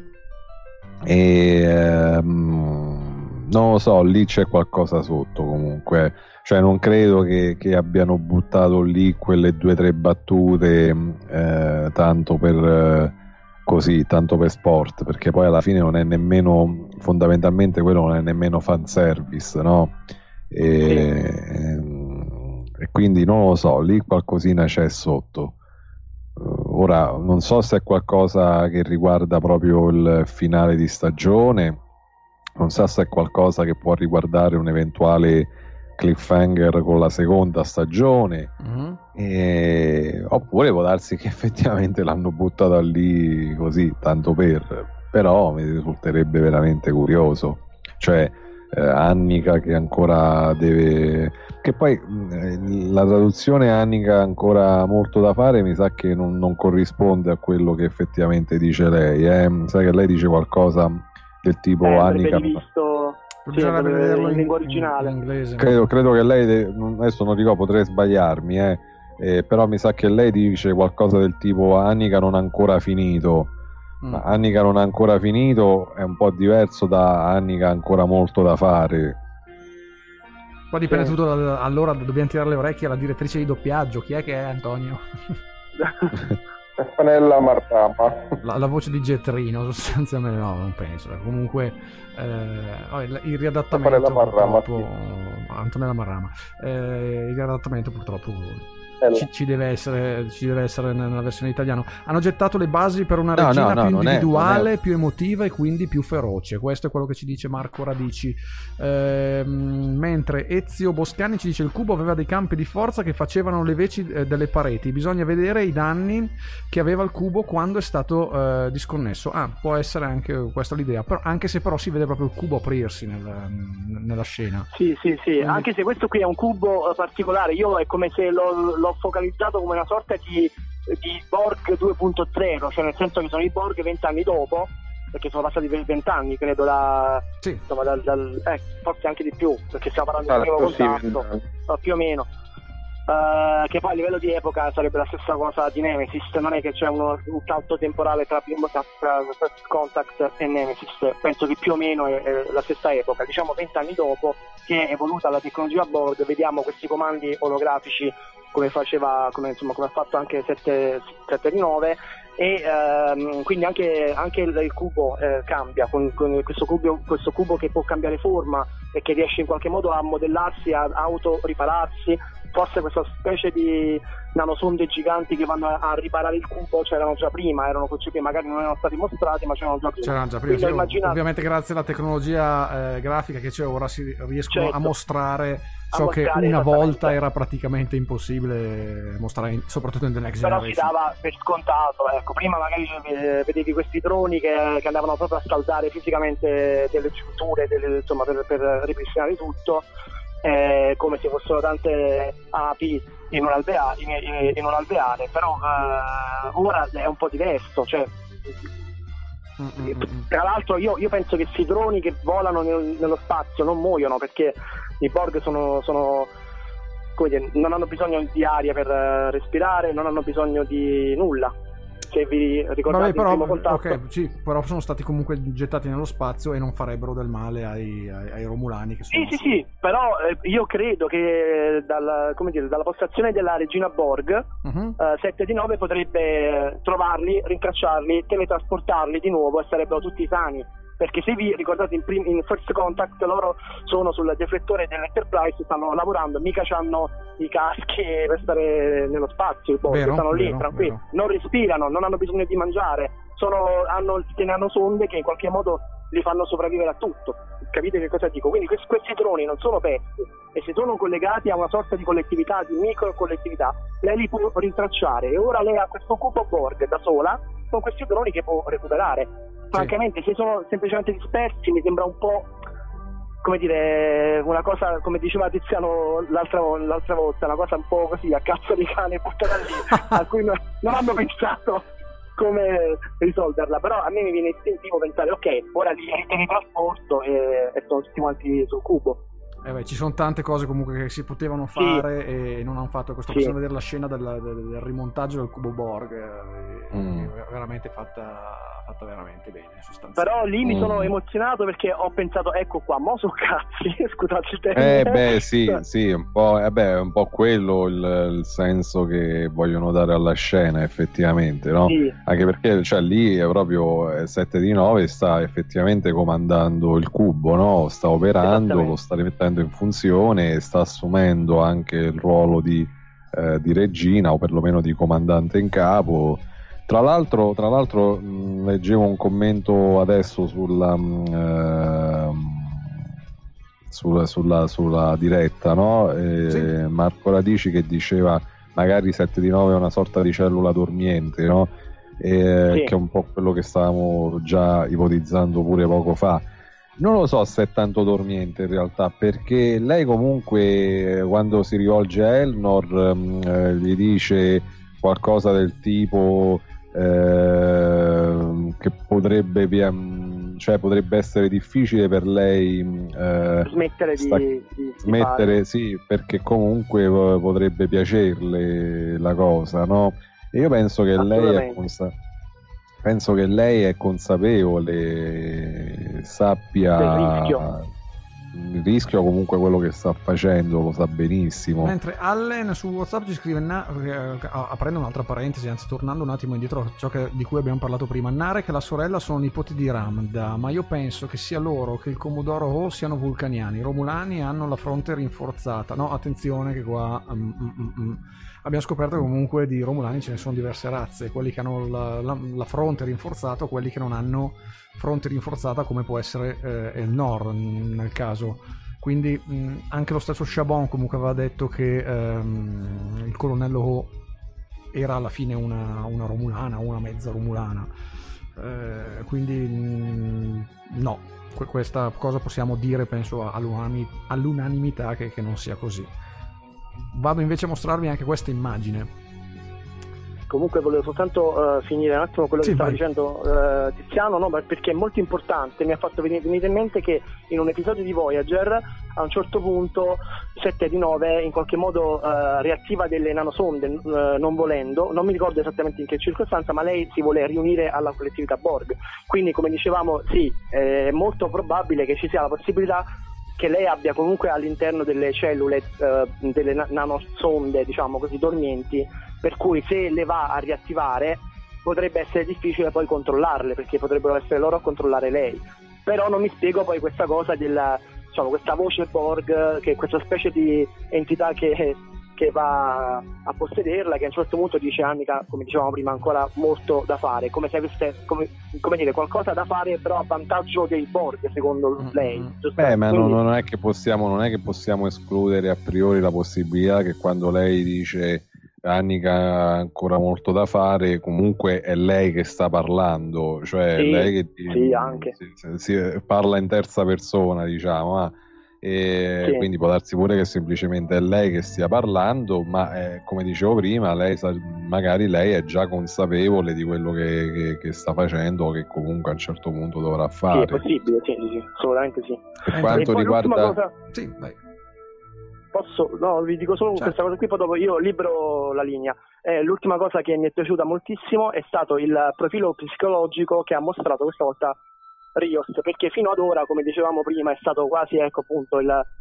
E non lo so, lì c'è qualcosa sotto comunque, cioè non credo che abbiano buttato lì quelle 2 o 3 battute tanto per tanto per sport, perché poi alla fine non è nemmeno, fondamentalmente quello non è nemmeno fanservice, no? E quindi non lo so, lì qualcosina c'è sotto. Ora non so se è qualcosa che riguarda proprio il finale di stagione, non so se è qualcosa che può riguardare un eventuale cliffhanger con la seconda stagione, oppure può darsi che effettivamente l'hanno buttata lì così tanto però mi risulterebbe veramente curioso, cioè Annika che ancora deve, che poi la traduzione Annika ha ancora molto da fare, mi sa che non corrisponde a quello che effettivamente dice lei, sai che lei dice qualcosa del tipo Annika bisognerebbe vederlo in lingua originale, in inglese. Credo che lei adesso non ricordo, potrei sbagliarmi, però mi sa che lei dice qualcosa del tipo Annika non ha ancora finito. Ma Annika non ha ancora finito è un po' diverso da Annika ha ancora molto da fare. Poi dipende tutto allora dobbiamo tirare le orecchie alla direttrice di doppiaggio. Chi è che è, Antonio? Stefanella Marrama. La voce di Getrino sostanzialmente, no, non penso. Comunque il riadattamento purtroppo, Antonella Marrama, il riadattamento purtroppo ci deve essere nella versione italiana. Hanno gettato le basi per una regina più individuale, più emotiva e quindi più feroce. Questo è quello che ci dice Marco Radici. Mentre Ezio Boscani ci dice: il cubo aveva dei campi di forza che facevano le veci delle pareti. Bisogna vedere i danni che aveva il cubo quando è stato disconnesso. Può essere anche questa l'idea, anche se però si vede proprio il cubo aprirsi nella scena. Sì. Quindi... anche se questo qui è un cubo particolare, io è come se l'ho focalizzato come una sorta di Borg 2.0, cioè nel senso che sono i Borg 20 anni dopo, perché sono passati 20 anni credo insomma, forse anche di più, perché stiamo parlando del primo contatto, più o meno, che poi a livello di epoca sarebbe la stessa cosa di Nemesis, non è che c'è un salto temporale tra First Contact e Nemesis, penso che più o meno è la stessa epoca, diciamo 20 anni dopo che è evoluta la tecnologia Borg, vediamo questi comandi olografici come ha fatto anche 7 di 9, e quindi anche il cubo cambia con questo cubo che può cambiare forma e che riesce in qualche modo a modellarsi, a autoripararsi. Forse questa specie di nanosonde giganti che vanno a riparare il cubo c'erano già prima, erano concepiti, magari non erano stati mostrati, ma c'erano già prima. Sì, ovviamente grazie alla tecnologia grafica che c'è ora si riescono a mostrare. So che una volta era praticamente impossibile mostrare, soprattutto in The Next Generation. Però si dava per scontato, ecco. Prima magari vedevi questi droni che andavano proprio a scaldare fisicamente delle strutture, insomma, per ripristinare tutto. Come se fossero tante api in un alveare, però ora è un po' diverso, cioè tra l'altro io penso che questi droni che volano nello spazio non muoiono, perché i Borg sono come dire, non hanno bisogno di aria per respirare, non hanno bisogno di nulla. Se vi ricordate il primo contatto, sì, però sono stati comunque gettati nello spazio e non farebbero del male ai Romulani che sono sì, però io credo che dalla postazione della regina Borg 7 di 9 potrebbe trovarli, rintracciarli, teletrasportarli di nuovo e sarebbero tutti sani. Perché se vi ricordate in First Contact loro sono sul deflettore dell'Enterprise, stanno lavorando, mica c'hanno i caschi per stare nello spazio, stanno lì tranquilli, non respirano, non hanno bisogno di mangiare, hanno sonde che in qualche modo li fanno sopravvivere a tutto. Capite che cosa dico? Quindi questi droni non sono pezzi, e se sono collegati a una sorta di collettività, di micro collettività, lei li può rintracciare, e ora lei ha questo cubo Borg da sola con questi droni che può recuperare. Francamente, se sono semplicemente dispersi mi sembra un po', come dire, una cosa, come diceva Tiziano l'altra volta, una cosa un po' così a cazzo di cane buttata lì, a cui non hanno pensato come risolverla. Però a me mi viene istintivo pensare, ok, ora li teletrasporto e sono tutti quanti sul cubo. Ci sono tante cose comunque che si potevano fare e non hanno fatto. Sto facendo vedere la scena del rimontaggio del cubo Borg, veramente fatta veramente bene, però lì mi sono emozionato perché ho pensato, ecco qua, mo so cazzi, scusate il termine. Sì, un po', è un po' quello il senso che vogliono dare alla scena, effettivamente, no? Sì. Anche perché, cioè, lì è proprio 7 di 9 sta effettivamente comandando il cubo, no? Sta operando, lo sta rimettendo in funzione e sta assumendo anche il ruolo di regina, o perlomeno di comandante in capo. Tra l'altro leggevo un commento adesso sulla diretta, no? Sì. Marco Radici che diceva magari 7 di 9 è una sorta di cellula dormiente, no? Sì. Che è un po' quello che stavamo già ipotizzando pure poco fa. Non lo so se è tanto dormiente in realtà, perché lei comunque quando si rivolge a Elnor gli dice qualcosa del tipo che potrebbe essere difficile per lei smettere, sì, perché comunque potrebbe piacerle la cosa, no? E io penso che lei è consapevole, sappia il rischio, comunque quello che sta facendo lo sa benissimo. Mentre Allen su WhatsApp ci scrive, aprendo un'altra parentesi, anzi tornando un attimo indietro a ciò di cui abbiamo parlato prima, Narek e la sorella sono nipoti di Ramda, ma io penso che sia loro che il Commodoro O siano vulcaniani. I Romulani hanno la fronte rinforzata. No, attenzione che qua abbiamo scoperto che comunque di Romulani ce ne sono diverse razze, quelli che hanno la fronte rinforzata o quelli che non hanno fronte rinforzata, come può essere Elnor nel caso. Quindi anche lo stesso Chabon comunque aveva detto che il colonnello O era alla fine una Romulana, una mezza Romulana, quindi no, questa cosa possiamo dire, penso all'unanimità che non sia così. Vado invece a mostrarvi anche questa immagine. Comunque volevo soltanto finire un attimo quello che stava dicendo Tiziano, no? Perché è molto importante. Mi ha fatto venire in mente che in un episodio di Voyager a un certo punto 7 di 9 in qualche modo riattiva delle nanosonde non volendo, non mi ricordo esattamente in che circostanza, ma lei si vuole riunire alla collettività Borg. Quindi, come dicevamo, sì, è molto probabile che ci sia la possibilità che lei abbia comunque all'interno delle cellule delle nanosonde, diciamo così, dormienti, per cui se le va a riattivare potrebbe essere difficile poi controllarle, perché potrebbero essere loro a controllare lei. Però non mi spiego poi questa cosa della, diciamo, questa voce Borg, che è questa specie di entità che va a possederla, che a un certo punto dice Annika, come dicevamo prima, ancora molto da fare, come se avesse come dire qualcosa da fare però a vantaggio dei Borg, secondo lei. Ma quindi non è che possiamo escludere a priori la possibilità che quando lei dice Annika ha ancora molto da fare, comunque è lei che sta parlando, cioè lei che anche. Si parla in terza persona, diciamo, quindi può darsi pure che semplicemente è lei che stia parlando, ma come dicevo prima, magari lei è già consapevole di quello che sta facendo, o che comunque a un certo punto dovrà fare. Sì, è possibile, sì, assolutamente sì. Per quanto riguarda... Sì, vai. Posso? No, vi dico solo questa cosa qui, poi dopo io libero la linea. L'ultima cosa che mi è piaciuta moltissimo è stato il profilo psicologico che ha mostrato questa volta Rios, perché fino ad ora, come dicevamo prima, è stato quasi, ecco, appunto,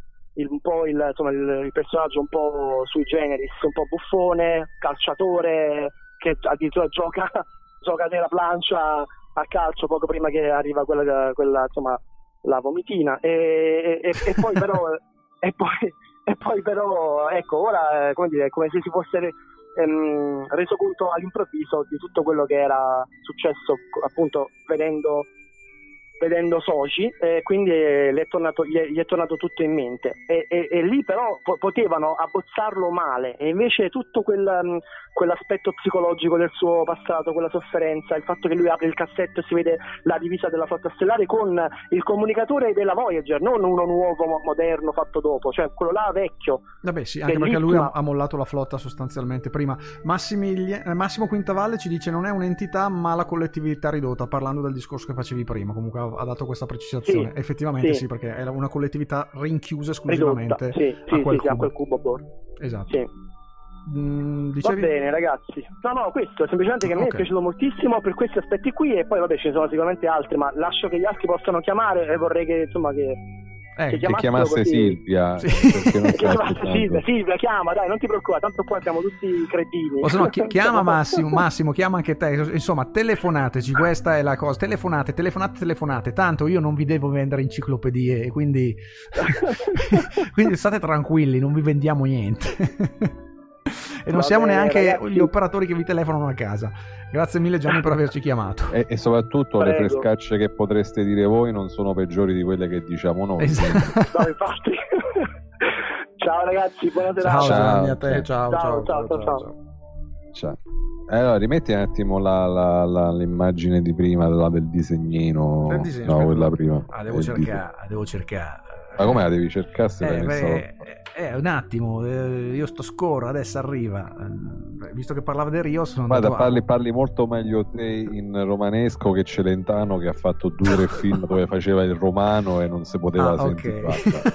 il personaggio un po' sui generis, un po' buffone, calciatore che addirittura gioca nella plancia a calcio poco prima che arriva quella insomma, la vomitina e poi però e poi però, ecco, ora, come dire, come se si fosse reso conto all'improvviso di tutto quello che era successo, appunto, vedendo vedendo Soci, quindi gli è tornato tutto in mente, e lì però potevano abbozzarlo male, e invece tutto quell'aspetto psicologico del suo passato, quella sofferenza, il fatto che lui apre il cassetto e si vede la divisa della flotta stellare con il comunicatore della Voyager, non uno nuovo moderno fatto dopo, cioè quello là vecchio. Vabbè sì, anche perché lui ha mollato la flotta sostanzialmente prima. Massimo Quintavalle ci dice non è un'entità ma la collettività ridotta, parlando del discorso che facevi prima. Comunque ha dato questa precisazione. Sì, effettivamente sì, perché è una collettività rinchiusa esclusivamente a quel cubo. Esatto. Sì. Va bene ragazzi, no, questo è semplicemente che a me è piaciuto moltissimo per questi aspetti qui, e poi vabbè ce ne sono sicuramente altri, ma lascio che gli altri possano chiamare, e vorrei che insomma che chiamasse così. Silvia, Silvia chiama, dai, non ti preoccupare, tanto qua siamo tutti cretini. O se no chiama Massimo, chiama anche te, insomma telefonateci, questa è la cosa, telefonate, tanto io non vi devo vendere enciclopedie, quindi state tranquilli, non vi vendiamo niente. E non siamo neanche ragazzi, gli operatori che vi telefonano a casa. Grazie mille Gianni per averci chiamato. E soprattutto le frescacce che potreste dire voi non sono peggiori di quelle che diciamo noi. Esatto. No, infatti. Ciao ragazzi, buona serata. Ciao Gianni, a te. Ciao. Allora rimetti un attimo l'immagine di prima, del disegnino. No, quella prima. Devo cercare. Ma come la devi cercare? Un attimo, io scorro, adesso arriva. Visto che parlava di Rio, parli molto meglio te in romanesco che Celentano, che ha fatto 2 o 3 film dove faceva il romano e non si poteva sentire.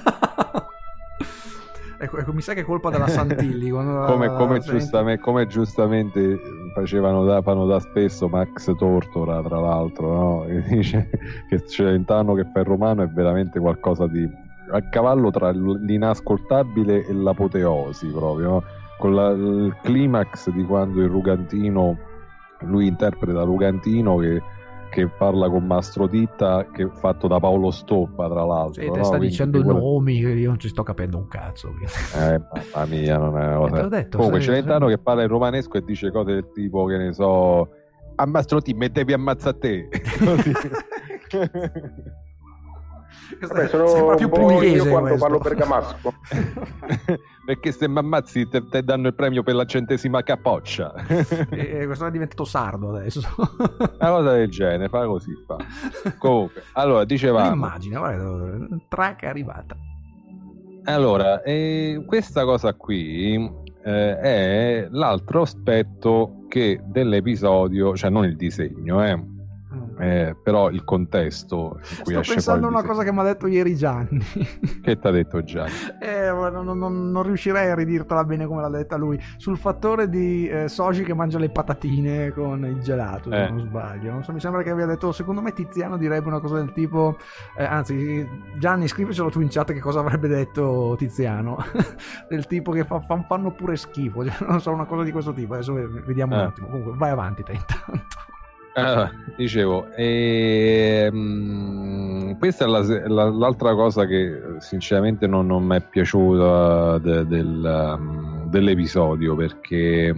Ecco, mi sa che è colpa della Santilli. come giustamente fanno da spesso Max Tortora, tra l'altro, no? Che dice che Celentano che fa il romano è veramente qualcosa di a cavallo tra l'inascoltabile e l'apoteosi, proprio, no? Con il climax di quando il Rugantino, lui interpreta Rugantino che parla con Mastro Titta, che è fatto da Paolo Stoppa, tra l'altro. Sì, te sta dicendo nomi che io non ci sto capendo un cazzo. Mamma mia, non è una cosa. Comunque Celentano che parla in romanesco e dice cose del tipo, che ne so, a Mastro Titta mettevi ammazza a te. Vabbè, sono più pugliese quando parlo bergamasco. Perché se mi ammazzi te danno il premio per la 100ª capoccia. Questo è diventato sardo adesso. Una cosa del genere, fa così. Comunque, allora dicevamo, immagina, guarda, track è arrivata. Allora, questa cosa qui è l'altro aspetto che dell'episodio, cioè non il disegno, però il contesto in cui sto pensando a una cosa che mi ha detto ieri Gianni. Che ti ha detto Gianni? Non riuscirei a ridirtela bene come l'ha detta lui, sul fattore di Soci che mangia le patatine con il gelato, se non sbaglio. Non so, mi sembra che abbia detto, secondo me Tiziano direbbe una cosa del tipo, anzi Gianni scrivicelo tu in chat che cosa avrebbe detto Tiziano. Del tipo che fanno pure schifo, non so, una cosa di questo tipo. Adesso vediamo un attimo. Comunque vai avanti te intanto. Dicevo, questa è l'altra cosa che sinceramente non mi è piaciuta dell'episodio, perché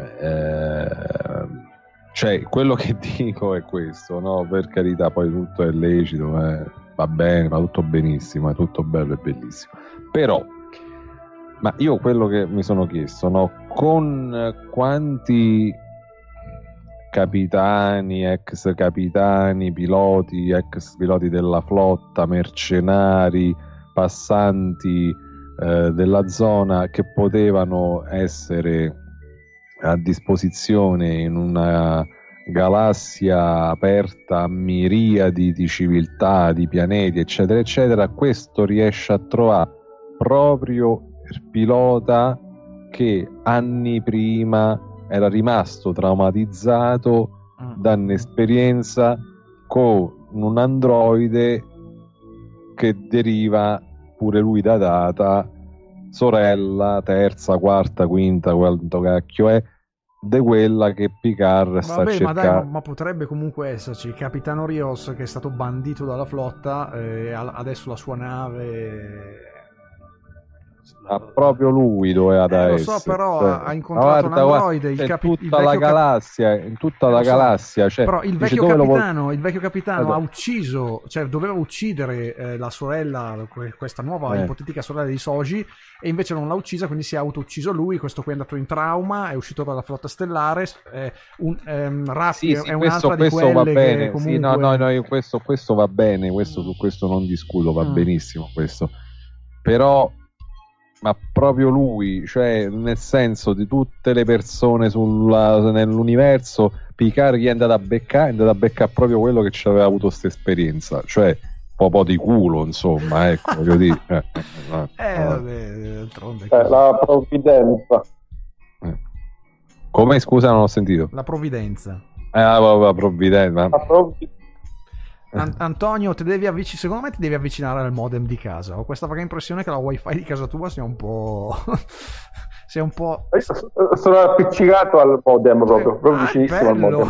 cioè quello che dico è questo, no? Per carità, poi tutto è lecito, va bene, va tutto benissimo, è tutto bello e bellissimo, però ma io quello che mi sono chiesto, no? Con quanti capitani, ex capitani, piloti, ex piloti della flotta, mercenari, passanti della zona che potevano essere a disposizione in una galassia aperta a miriadi di civiltà, di pianeti, eccetera, eccetera, questo riesce a trovare proprio il pilota che anni prima era rimasto traumatizzato da un'esperienza con un androide che deriva pure lui da Data, sorella, terza, quarta, quinta, quanto cacchio è, di quella che Picard sta cercando. Ma potrebbe comunque esserci il capitano Rios, che è stato bandito dalla flotta, adesso la sua nave Ma proprio lui doveva lo essere. so, però ha incontrato un androide, tutta la galassia, in tutta la galassia. Cioè, però il vecchio capitano ha ucciso, cioè doveva uccidere la sorella, questa nuova ipotetica sorella di Soji, e invece non l'ha uccisa, quindi si è auto-ucciso lui. Questo qui è andato in trauma, è uscito dalla flotta stellare. Raffi è un'altra di quelle va bene. che comunque... Sì, no, questo va bene, su questo non discuto, va benissimo questo. Però ma proprio lui, cioè nel senso, di tutte le persone nell'universo, Picard gli è andato a beccare proprio quello che ci aveva avuto questa esperienza, cioè un po' di culo, insomma, ecco, voglio dire. Vabbè, d'altronde la provvidenza. Come, scusa, non ho sentito. La provvidenza. La provvidenza. Antonio, secondo me ti devi avvicinare al modem di casa. Ho questa vaga impressione che la wifi di casa tua sia un po'... Sono appiccicato al modem proprio vicinissimo al modem.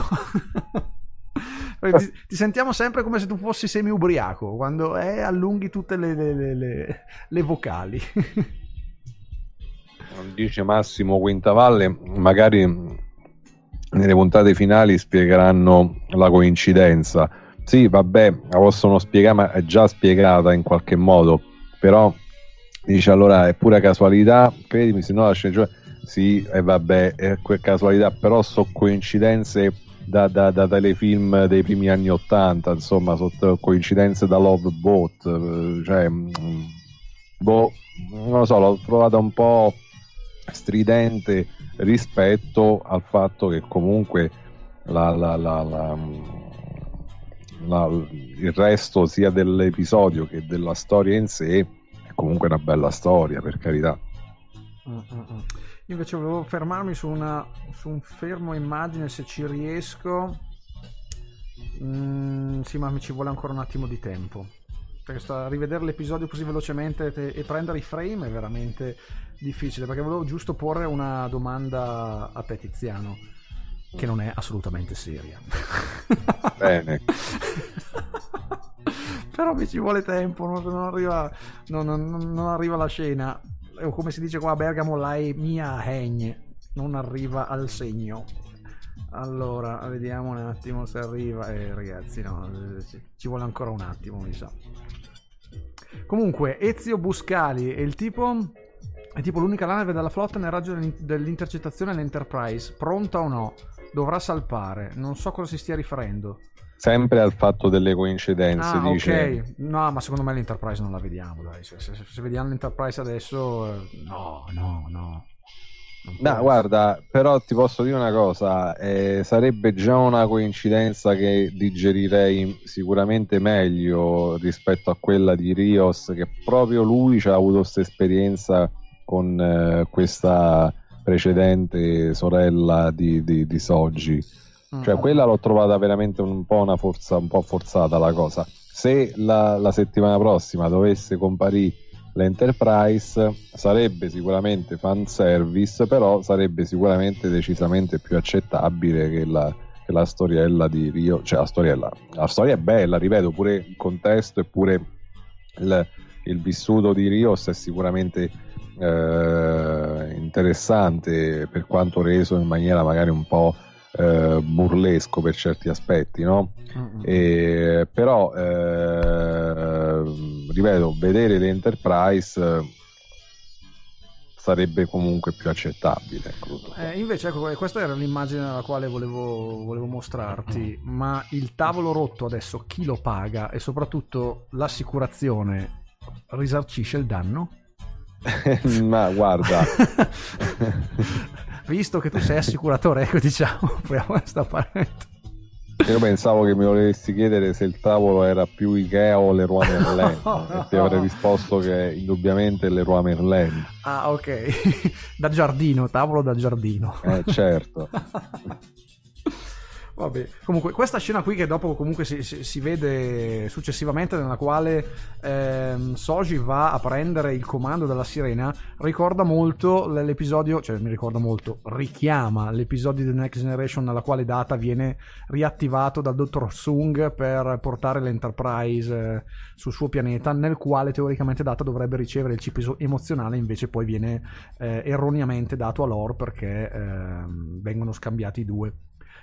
Ti sentiamo sempre come se tu fossi semi-ubriaco quando allunghi tutte le vocali. Dice Massimo Quintavalle, magari nelle puntate finali spiegheranno la coincidenza. Sì, vabbè, la possono spiegare, ma è già spiegata in qualche modo. Però dice, allora è pura casualità, credimi, se no la sceneggiatura sì, e vabbè, è casualità, però so coincidenze da telefilm dei primi anni '80, insomma, sono coincidenze da Love Boat, cioè non lo so, l'ho trovata un po' stridente rispetto al fatto che comunque il resto sia dell'episodio che della storia in sé è comunque una bella storia, per carità. Io invece volevo fermarmi su un fermo immagine, se ci riesco. Sì, ma mi ci vuole ancora un attimo di tempo, perché rivedere l'episodio così velocemente e prendere i frame è veramente difficile, perché volevo giusto porre una domanda a te, Tiziano, che non è assolutamente seria. Bene. Però mi ci vuole tempo, non arriva la scena, o come si dice qua a Bergamo, la mia hegne non arriva al segno. Allora vediamo un attimo se arriva. Ragazzi, no, ci vuole ancora un attimo, mi sa. Comunque Ezio Buscali è tipo l'unica nave della flotta nel raggio dell'intercettazione all'Enterprise, pronta o no? Dovrà salpare, non so cosa si stia riferendo. Sempre al fatto delle coincidenze, dice. Ok, no, ma secondo me l'Enterprise non la vediamo, dai. Se vediamo l'Enterprise adesso, no. No, guarda, però ti posso dire una cosa, sarebbe già una coincidenza che digerirei sicuramente meglio rispetto a quella di Rios, che proprio lui ci ha avuto questa esperienza con questa precedente sorella di Soji. Cioè quella l'ho trovata veramente un po' forzata la cosa. Se la settimana prossima dovesse comparire l'Enterprise, sarebbe sicuramente fanservice, però sarebbe sicuramente decisamente più accettabile che la storiella di Rio. Cioè la storia è bella, ripeto, pure il contesto e pure il vissuto di Rios è sicuramente interessante, per quanto reso in maniera magari un po' burlesco per certi aspetti, no? Però ripeto, vedere l'Enterprise sarebbe comunque più accettabile. Invece ecco, questa era l'immagine alla quale volevo mostrarti, ma il tavolo rotto adesso chi lo paga, e soprattutto l'assicurazione risarcisce il danno? Ma guarda, visto che tu sei assicuratore, ecco, diciamo, apriamo questa parete. Io pensavo che mi volessi chiedere se il tavolo era più Ikea o Leroy Merlin, e ti avrei risposto che indubbiamente Leroy Merlin. Ah, ok. Da giardino, tavolo da giardino. Certo. Vabbè. Comunque questa scena qui che dopo comunque si vede successivamente, nella quale Soji va a prendere il comando della sirena, ricorda molto l'episodio, cioè mi ricorda molto, richiama l'episodio di The Next Generation nella quale Data viene riattivato dal dottor Sung per portare l'Enterprise sul suo pianeta, nel quale teoricamente Data dovrebbe ricevere il chip emozionale, invece poi viene erroneamente dato a Lore perché vengono scambiati i due.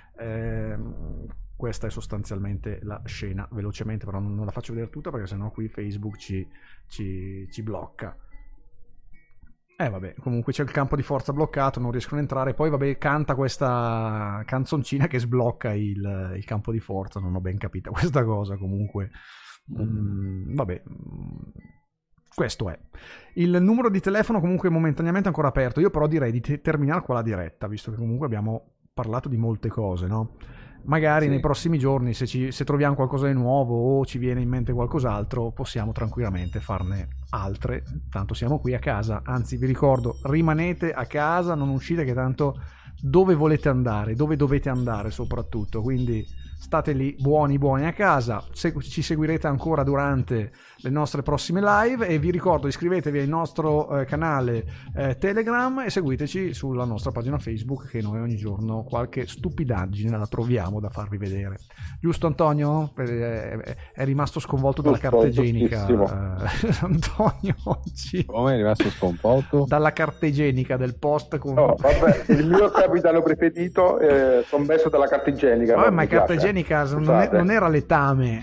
Questa è sostanzialmente la scena, velocemente, però non la faccio vedere tutta perché sennò qui Facebook ci blocca. Vabbè, comunque c'è il campo di forza bloccato, non riescono a entrare, poi vabbè canta questa canzoncina che sblocca il campo di forza, non ho ben capito questa cosa, comunque vabbè, questo è. Il numero di telefono comunque momentaneamente ancora aperto, io però direi di terminare qua la diretta, visto che comunque abbiamo parlato di molte cose, no? Magari nei prossimi giorni se troviamo qualcosa di nuovo o ci viene in mente qualcos'altro possiamo tranquillamente farne altre, tanto siamo qui a casa, anzi vi ricordo, rimanete a casa, non uscite, che tanto dove volete andare, dove dovete andare soprattutto, quindi state lì buoni a casa. Ci seguirete ancora durante le nostre prossime live e vi ricordo, iscrivetevi al nostro canale Telegram e seguiteci sulla nostra pagina Facebook, che noi ogni giorno qualche stupidaggine la troviamo da farvi vedere. Giusto Antonio? È rimasto sconvolto dalla carta igienica Antonio oggi. Come è rimasto sconvolto? Dalla carta igienica del post con... No, vabbè, il mio capitano preferito sommesso dalla carta igienica. Vabbè, ma carta igienica non era letame,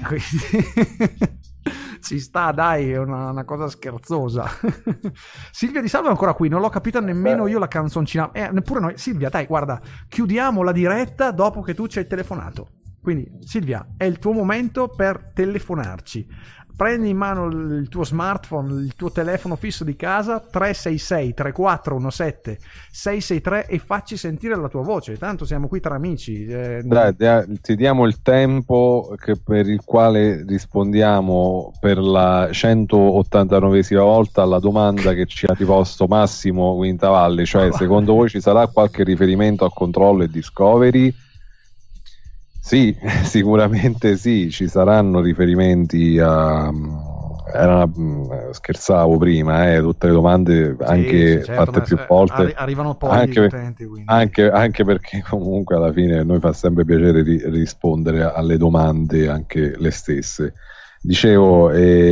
ci sta, dai, è una cosa scherzosa. Silvia Di Salvo è ancora qui, non l'ho capita nemmeno io la canzoncina, neppure noi. Silvia, dai, guarda, chiudiamo la diretta dopo che tu ci hai telefonato, quindi Silvia, è il tuo momento per telefonarci. Prendi in mano il tuo smartphone, il tuo telefono fisso di casa, 366 3417 663, e facci sentire la tua voce, tanto siamo qui tra amici. Dai, ti diamo il tempo per il quale rispondiamo per la 189esima volta alla domanda che ci ha riposto Massimo Quintavalle, cioè secondo voi ci sarà qualche riferimento a Controllo e Discovery? Sì, sicuramente sì, ci saranno riferimenti a... scherzavo prima, tutte le domande anche certo, fatte più volte arrivano poi anche, utenti, anche perché comunque alla fine a noi fa sempre piacere rispondere alle domande anche le stesse. Dicevo,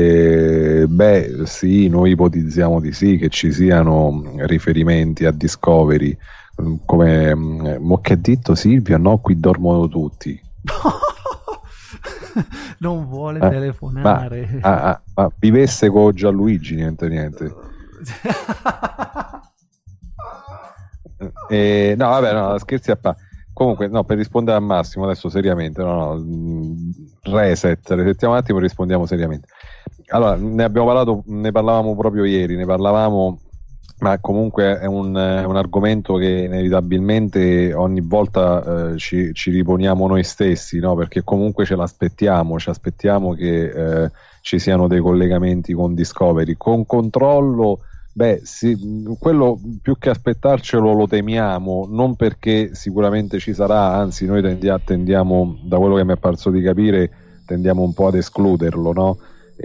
sì, noi ipotizziamo di sì, che ci siano riferimenti a Discovery, come mo che ha detto Silvia, no, qui dormono tutti. Non vuole telefonare, ma vivesse con Gianluigi, niente. No, vabbè, no, scherzi a parte. Comunque, no, per rispondere a Massimo adesso seriamente, resettiamo un attimo e rispondiamo seriamente. Allora, ne parlavamo proprio ieri, ma comunque è un argomento che inevitabilmente ogni volta ci riponiamo noi stessi, no? Perché comunque ci aspettiamo che ci siano dei collegamenti con Discovery. Con Controllo, sì, quello più che aspettarcelo lo temiamo, non perché sicuramente ci sarà, anzi noi tendiamo, da quello che mi è parso di capire, tendiamo un po' ad escluderlo, no?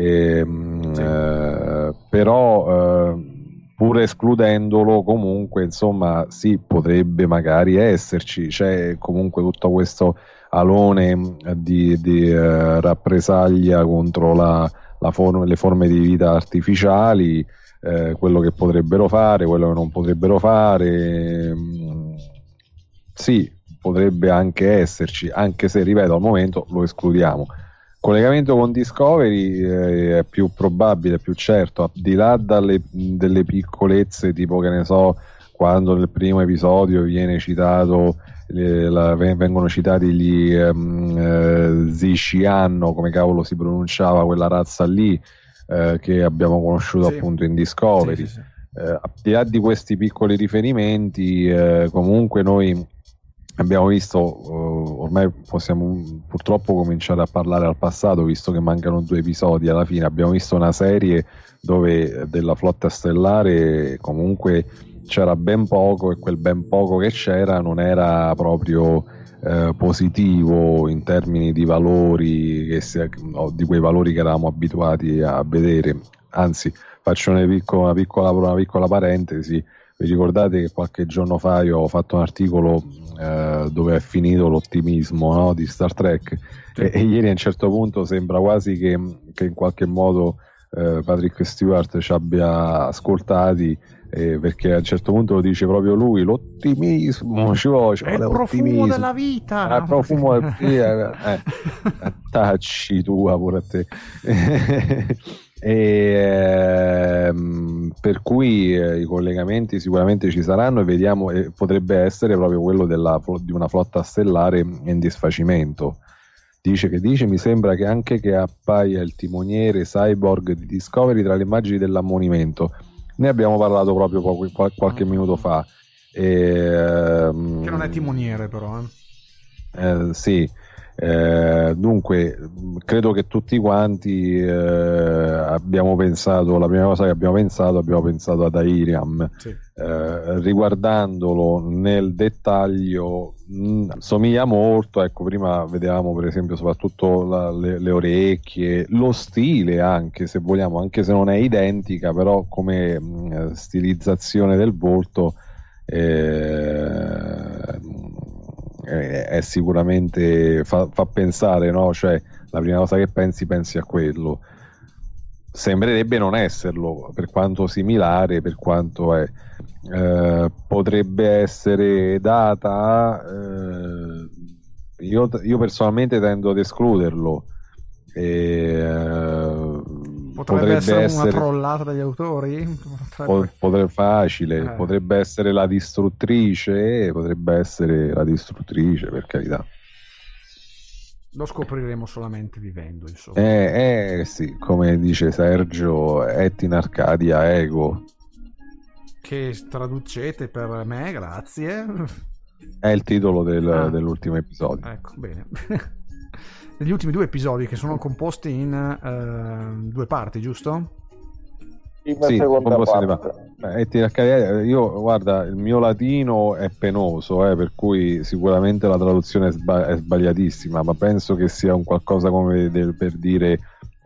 Però pur escludendolo, comunque insomma sì, potrebbe magari esserci, c'è comunque tutto questo alone di rappresaglia contro le forme di vita artificiali, quello che potrebbero fare, quello che non potrebbero fare, sì, potrebbe anche esserci, anche se, ripeto, al momento lo escludiamo. Collegamento con Discovery è più probabile, più certo, al di là delle piccolezze, tipo, che ne so, quando nel primo episodio viene citato vengono citati gli Zishianno, come cavolo si pronunciava quella razza lì, che abbiamo conosciuto appunto in Discovery. Sì. Al di là di questi piccoli riferimenti, comunque noi abbiamo visto, ormai possiamo purtroppo cominciare a parlare al passato, visto che mancano 2 episodi alla fine. Abbiamo visto una serie dove della flotta stellare comunque c'era ben poco, e quel ben poco che c'era non era proprio positivo in termini di valori di quei valori che eravamo abituati a vedere. Anzi, faccio una piccola parentesi. Vi ricordate che qualche giorno fa io ho fatto un articolo dove è finito l'ottimismo, no, di Star Trek? Sì. E ieri a un certo punto sembra quasi che in qualche modo Patrick Stewart ci abbia ascoltati, perché a un certo punto lo dice proprio lui: l'ottimismo ci vuole, è il profumo della vita, il profumo tacci tua pure a te. Per cui i collegamenti sicuramente ci saranno, e vediamo, potrebbe essere proprio quello di una flotta stellare in disfacimento. Dice, mi sembra che anche che appaia il timoniere cyborg di Discovery tra le immagini dell'ammonimento. Ne abbiamo parlato proprio qualche minuto fa, che non è timoniere però sì. Dunque credo che tutti quanti abbiamo pensato, la prima cosa che abbiamo pensato ad Airiam. Sì. Riguardandolo nel dettaglio somiglia molto, ecco, prima vedevamo per esempio soprattutto le orecchie, lo stile anche, se vogliamo, anche se non è identica, però come stilizzazione del volto è sicuramente fa pensare, no? Cioè, la prima cosa che pensi a quello. Sembrerebbe non esserlo, per quanto similare, per quanto è. Potrebbe essere data. Io personalmente tendo ad escluderlo. Potrebbe essere una trollata dagli autori? Potrebbe facile, potrebbe essere la distruttrice, per carità. Lo scopriremo solamente vivendo, insomma. Sì, come dice Sergio, et in Arcadia ego. Che traducete per me, grazie. È il titolo dell'ultimo episodio. Ecco, bene. Degli ultimi 2 episodi, che sono composti in 2 parti, giusto? Sì, io guarda, il mio latino è penoso, per cui sicuramente la traduzione è sbagliatissima, ma penso che sia un qualcosa come per dire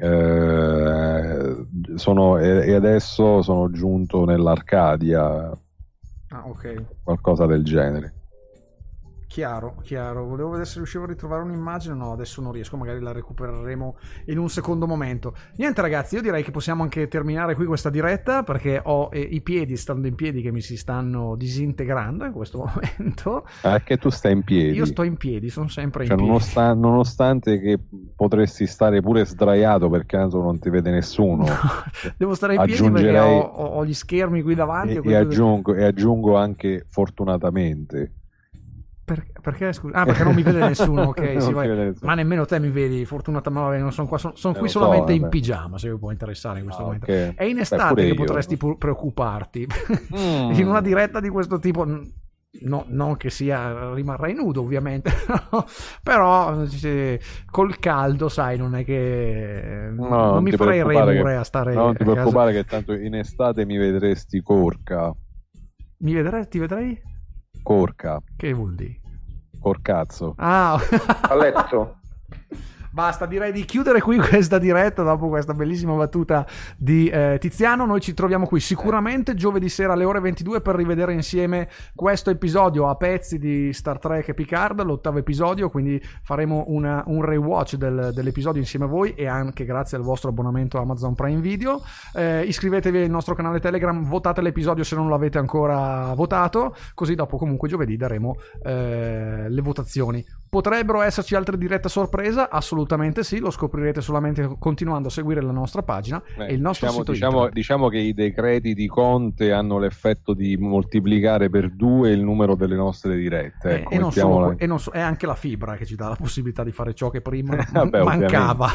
e adesso sono giunto nell'Arcadia. Ok. Qualcosa del genere. Chiaro. Volevo vedere se riuscivo a ritrovare un'immagine. No, adesso non riesco, magari la recupereremo in un secondo momento. Niente ragazzi, io direi che possiamo anche terminare qui questa diretta, perché ho i piedi, stando in piedi, che mi si stanno disintegrando in questo momento. Che tu stai in piedi? Io sto in piedi, sono sempre in piedi. Nonostante che potresti stare pure sdraiato, perché tanto non ti vede nessuno. No, devo stare in piedi perché ho gli schermi qui davanti. E aggiungo anche fortunatamente. Perché scusa? Perché non mi vede nessuno, ok? Sì, ma nemmeno te mi vedi, fortunatamente non sono qua, sono qui solamente in pigiama, se vi può interessare in questo momento. Okay. È in estate che potresti preoccuparti. In una diretta di questo tipo, no, non che rimarrai nudo ovviamente, però col caldo, sai, non è che non mi farei remore a stare. Non ti preoccupare che tanto in estate mi vedresti corca. Ti vedrei? Corca. Che vuol dire? Corcazzo. A letto. Basta, direi di chiudere qui questa diretta dopo questa bellissima battuta di Tiziano. Noi ci troviamo qui sicuramente giovedì sera alle ore 22 per rivedere insieme questo episodio a pezzi di Star Trek e Picard, l'8º episodio, quindi faremo un rewatch dell'episodio insieme a voi, e anche grazie al vostro abbonamento a Amazon Prime Video. Iscrivetevi al nostro canale Telegram, votate l'episodio se non l'avete ancora votato, così dopo comunque giovedì daremo le votazioni. Potrebbero esserci altre dirette sorpresa? Assolutamente sì, lo scoprirete solamente continuando a seguire la nostra pagina e il nostro sito internet. Diciamo che i decreti di Conte hanno l'effetto di moltiplicare per 2 il numero delle nostre dirette. È anche la fibra che ci dà la possibilità di fare ciò che prima mancava.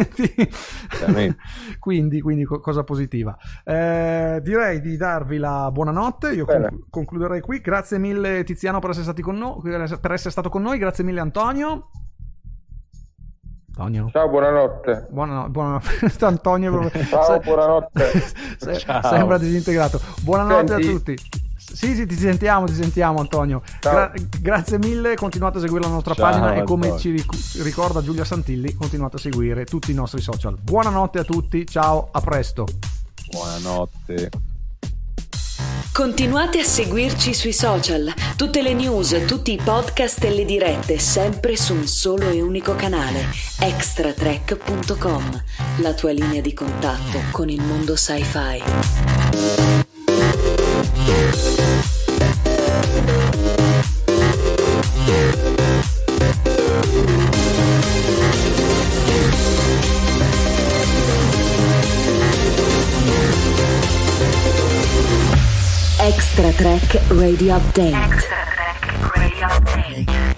quindi cosa positiva. Direi di darvi la buonanotte. Io concluderei qui. Grazie mille Tiziano per essere stato con noi. Grazie mille Antonio. Ciao, buonanotte. Buonanotte Antonio. Ciao, buonanotte. Sembra disintegrato. Buonanotte. Senti, a tutti. Sì, ti sentiamo Antonio. Grazie mille, continuate a seguire la nostra pagina e come ci ricorda Giulia Santilli, continuate a seguire tutti i nostri social. Buonanotte a tutti, ciao, a presto. Buonanotte. Continuate a seguirci sui social, tutte le news, tutti i podcast e le dirette, sempre su un solo e unico canale, extratrack.com, la tua linea di contatto con il mondo sci-fi. Extra Track Radio Update. Extra Track Radio Update.